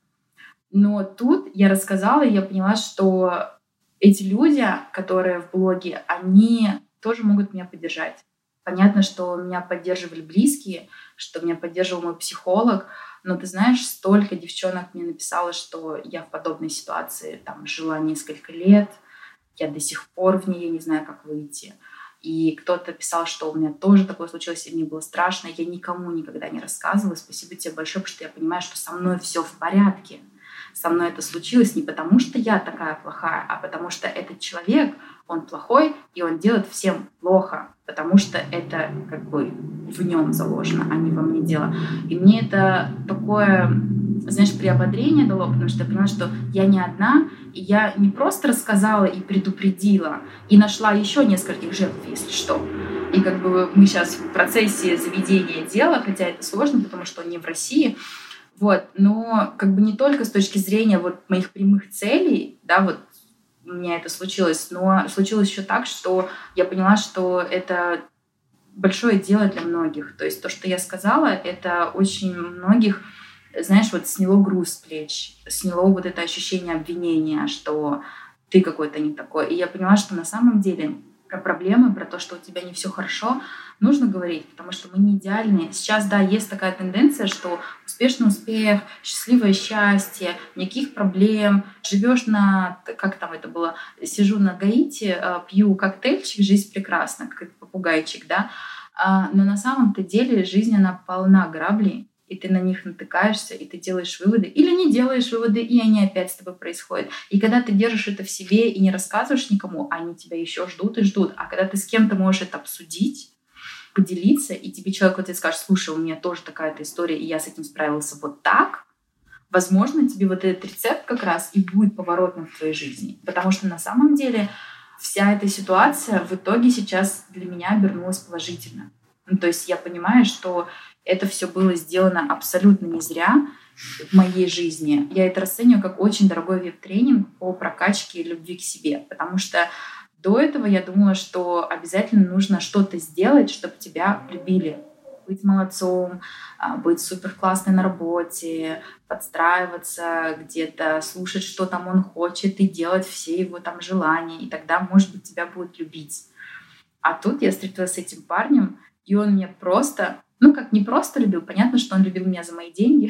Но тут я рассказала, и я поняла, что эти люди, которые в блоге, они тоже могут меня поддержать. Понятно, что меня поддерживали близкие, что меня поддерживал мой психолог, но ты знаешь, столько девчонок мне написало, что я в подобной ситуации жила несколько лет, я до сих пор в ней, я не знаю, как выйти. И кто-то писал, что у меня тоже такое случилось, и мне было страшно. Я никому никогда не рассказывала. Спасибо тебе большое, потому что я понимаю, что со мной все в порядке. Со мной это случилось не потому, что я такая плохая, а потому что этот человек, он плохой, и он делает всем плохо, потому что это в нем заложено, а не во мне дело. И мне это такое знаешь, приободрение дало, потому что я поняла, что я не одна, и я не просто рассказала и предупредила, и нашла еще нескольких жертв, если что. И как бы мы сейчас в процессе заведения дела, хотя это сложно, потому что он не в России, вот, но как бы не только с точки зрения вот моих прямых целей, да, вот у меня это случилось, но случилось еще так, что я поняла, что это большое дело для многих. То есть то, что я сказала, это очень многих, знаешь, вот сняло груз с плеч, сняло вот это ощущение обвинения, что ты какой-то не такой. И я поняла, что на самом деле про проблемы, про то, что у тебя не все хорошо, нужно говорить, потому что мы не идеальны. Сейчас, да, есть такая тенденция, что успешный успех, счастливое счастье, никаких проблем, живешь на, как там это было, сижу на Гаити, пью коктейльчик, жизнь прекрасна, как попугайчик, да. Но на самом-то деле жизнь, она полна граблей, и ты на них натыкаешься, и ты делаешь выводы, или не делаешь выводы, и они опять с тобой происходят. И когда ты держишь это в себе и не рассказываешь никому, они тебя еще ждут и ждут. А когда ты с кем-то можешь это обсудить, поделиться, и тебе человек вот скажет: слушай, у меня тоже такая-то история, и я с этим справился вот так, возможно, тебе вот этот рецепт как раз и будет поворотным в твоей жизни. Потому что на самом деле вся эта ситуация в итоге сейчас для меня обернулась положительно. Ну, то есть я понимаю, что это все было сделано абсолютно не зря в моей жизни. Я это расцениваю как очень дорогой веб-тренинг по прокачке любви к себе, потому что до этого я думала, что обязательно нужно что-то сделать, чтобы тебя любили. Быть молодцом, быть супер классной на работе, подстраиваться где-то, слушать, что там он хочет, и делать все его там желания, и тогда, может быть, тебя будут любить. А тут я встретилась с этим парнем, и он меня просто, как не просто любил, понятно, что он любил меня за мои деньги,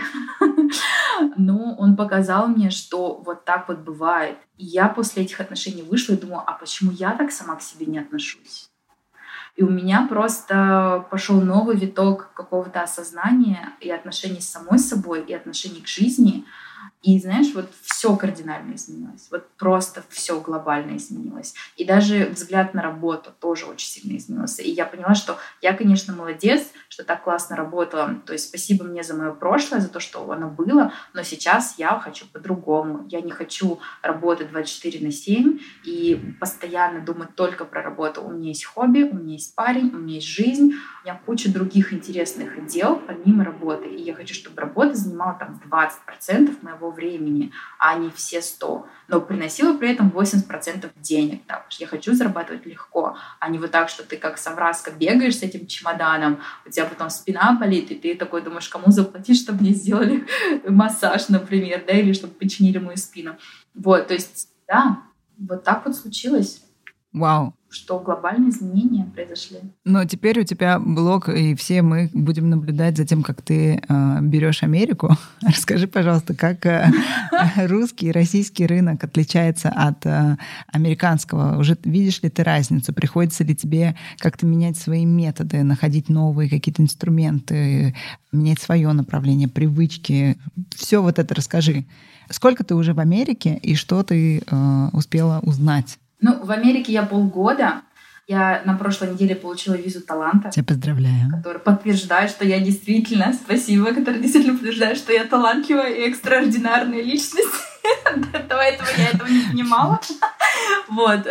но он показал мне, что вот так вот бывает. И я после этих отношений вышла и думала: а почему я так сама к себе не отношусь? И у меня просто пошел новый виток какого-то осознания и отношений с самой собой, и отношений к жизни. И знаешь, вот все кардинально изменилось. Вот просто все глобально изменилось. И даже взгляд на работу тоже очень сильно изменился. И я поняла, что я, конечно, молодец, что так классно работала. То есть спасибо мне за мое прошлое, за то, что оно было. Но сейчас я хочу по-другому. Я не хочу работать 24/7 и постоянно думать только про работу. У меня есть хобби, у меня есть парень, у меня есть жизнь. У меня куча других интересных дел помимо работы. И я хочу, чтобы работа занимала там 20% моего времени, а не все 100%. Но приносила при этом 80% денег. Да, потому что я хочу зарабатывать легко, а не вот так, что ты как совраска бегаешь с этим чемоданом, у тебя потом спина болит, и ты такой думаешь: кому заплатить, чтобы мне сделали массаж, например, да, или чтобы починили мою спину. Вот, то есть, да, вот так вот случилось. Вау. Что глобальные изменения произошли. Но теперь у тебя блог, и все мы будем наблюдать за тем, как ты берешь Америку. Расскажи, пожалуйста, как русский и российский рынок отличается от американского? Уже видишь ли ты разницу? Приходится ли тебе как-то менять свои методы, находить новые какие-то инструменты, менять свое направление, привычки? Все вот это расскажи. Сколько ты уже в Америке и что ты успела узнать? В Америке я полгода. Я на прошлой неделе получила визу таланта. Тебя поздравляю. Который подтверждает, что я действительно, спасибо, который действительно подтверждает, что я талантливая и экстраординарная личность. До этого я этого не понимала. Вот.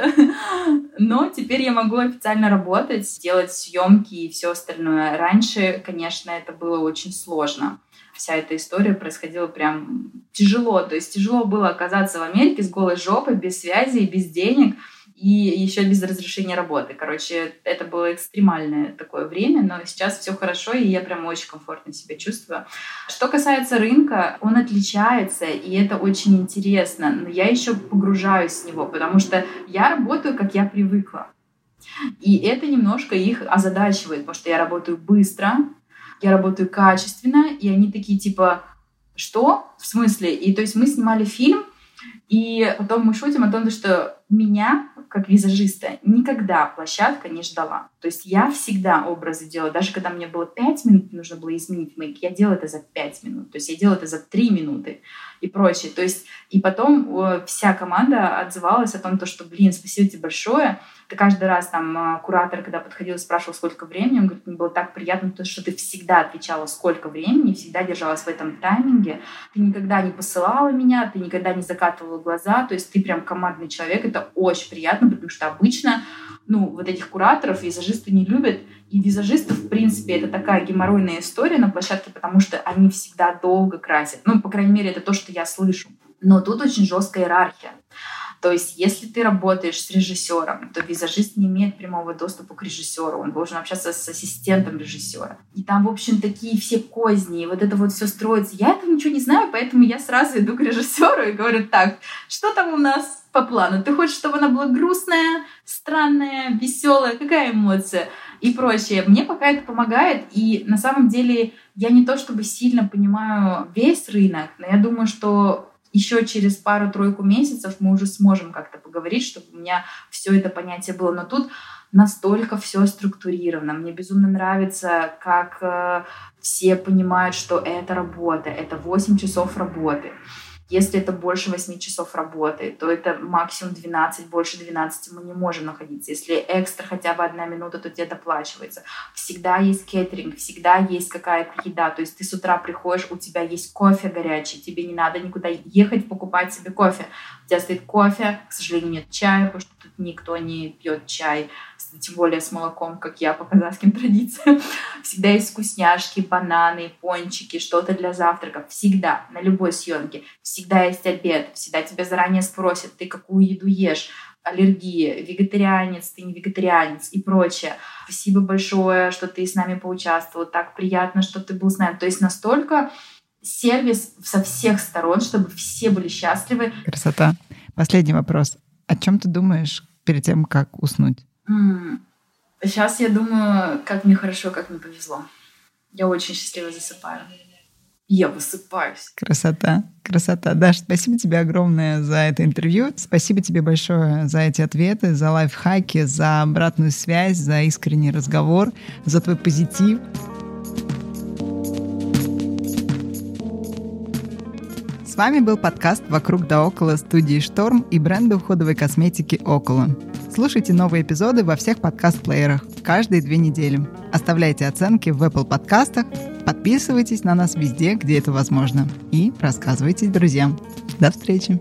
Но теперь я могу официально работать, делать съемки и все остальное. Раньше, конечно, это было очень сложно. Вся эта история происходила прям тяжело. То есть тяжело было оказаться в Америке с голой жопой, без связи, без денег и еще без разрешения работы. Короче, это было экстремальное такое время, но сейчас все хорошо, и я прям очень комфортно себя чувствую. Что касается рынка, он отличается, и это очень интересно, но я еще погружаюсь в него, потому что я работаю, как я привыкла. И это немножко их озадачивает, потому что я работаю быстро, я работаю качественно, и они такие типа: что? В смысле? И то есть мы снимали фильм, и потом мы шутим о том, что меня, как визажиста, никогда площадка не ждала. То есть я всегда образы делаю, даже когда мне было 5 минут, нужно было изменить мейк, я делала это за 5 минут, то есть я делала это за 3 минуты и прочее. То есть и потом вся команда отзывалась о том, что, спасибо тебе большое. Ты каждый раз там куратор, когда подходил, спрашивал, сколько времени, он говорит, мне было так приятно, потому что ты всегда отвечала, сколько времени, всегда держалась в этом тайминге, ты никогда не посылала меня, ты никогда не закатывала глаза, то есть ты прям командный человек, это очень приятно, потому что обычно вот этих кураторов визажисты не любят, и визажистов, в принципе, это такая геморройная история на площадке, потому что они всегда долго красят. По крайней мере, это то, что я слышу. Но тут очень жесткая иерархия. То есть, если ты работаешь с режиссером, то визажист не имеет прямого доступа к режиссеру. Он должен общаться с ассистентом режиссера. И там, в общем, такие все козни. И вот это вот все строится. Я этого ничего не знаю, поэтому я сразу иду к режиссеру и говорю, так, что там у нас по плану? Ты хочешь, чтобы она была грустная, странная, веселая? Какая эмоция? И прочее. Мне пока это помогает. И на самом деле я не то чтобы сильно понимаю весь рынок, но я думаю, что еще через пару-тройку месяцев мы уже сможем как-то поговорить, чтобы у меня все это понятие было. Но тут настолько все структурировано. Мне безумно нравится, как все понимают, что это работа, это 8 часов работы. Если это больше 8 часов работы, то это максимум 12, больше 12 мы не можем находиться. Если экстра хотя бы 1 минута, то тебе доплачивается. Всегда есть кейтеринг, всегда есть какая-то еда. То есть ты с утра приходишь, у тебя есть кофе горячий, тебе не надо никуда ехать покупать себе кофе. У тебя стоит кофе, к сожалению, нет чая, потому что тут никто не пьет чай, тем более с молоком, как я, по казахским традициям. Всегда есть вкусняшки, бананы, пончики, что-то для завтрака. Всегда, на любой съемке. Всегда есть обед. Всегда тебя заранее спросят, ты какую еду ешь, аллергия, вегетарианец, ты не вегетарианец и прочее. Спасибо большое, что ты с нами поучаствовал. Так приятно, что ты был с нами. То есть настолько сервис со всех сторон, чтобы все были счастливы. Красота. Последний вопрос. О чем ты думаешь перед тем, как уснуть? Сейчас я думаю, как мне хорошо, как мне повезло. Я очень счастливо засыпаю. Я высыпаюсь. Красота, красота. Даш, спасибо тебе огромное за это интервью. Спасибо тебе большое за эти ответы, за лайфхаки, за обратную связь, за искренний разговор, за твой позитив. С вами был подкаст «Вокруг да около» студии «Шторм» и бренда уходовой косметики «Около». Слушайте новые эпизоды во всех подкаст-плеерах каждые 2 недели. Оставляйте оценки в Apple подкастах, подписывайтесь на нас везде, где это возможно, и рассказывайте друзьям. До встречи!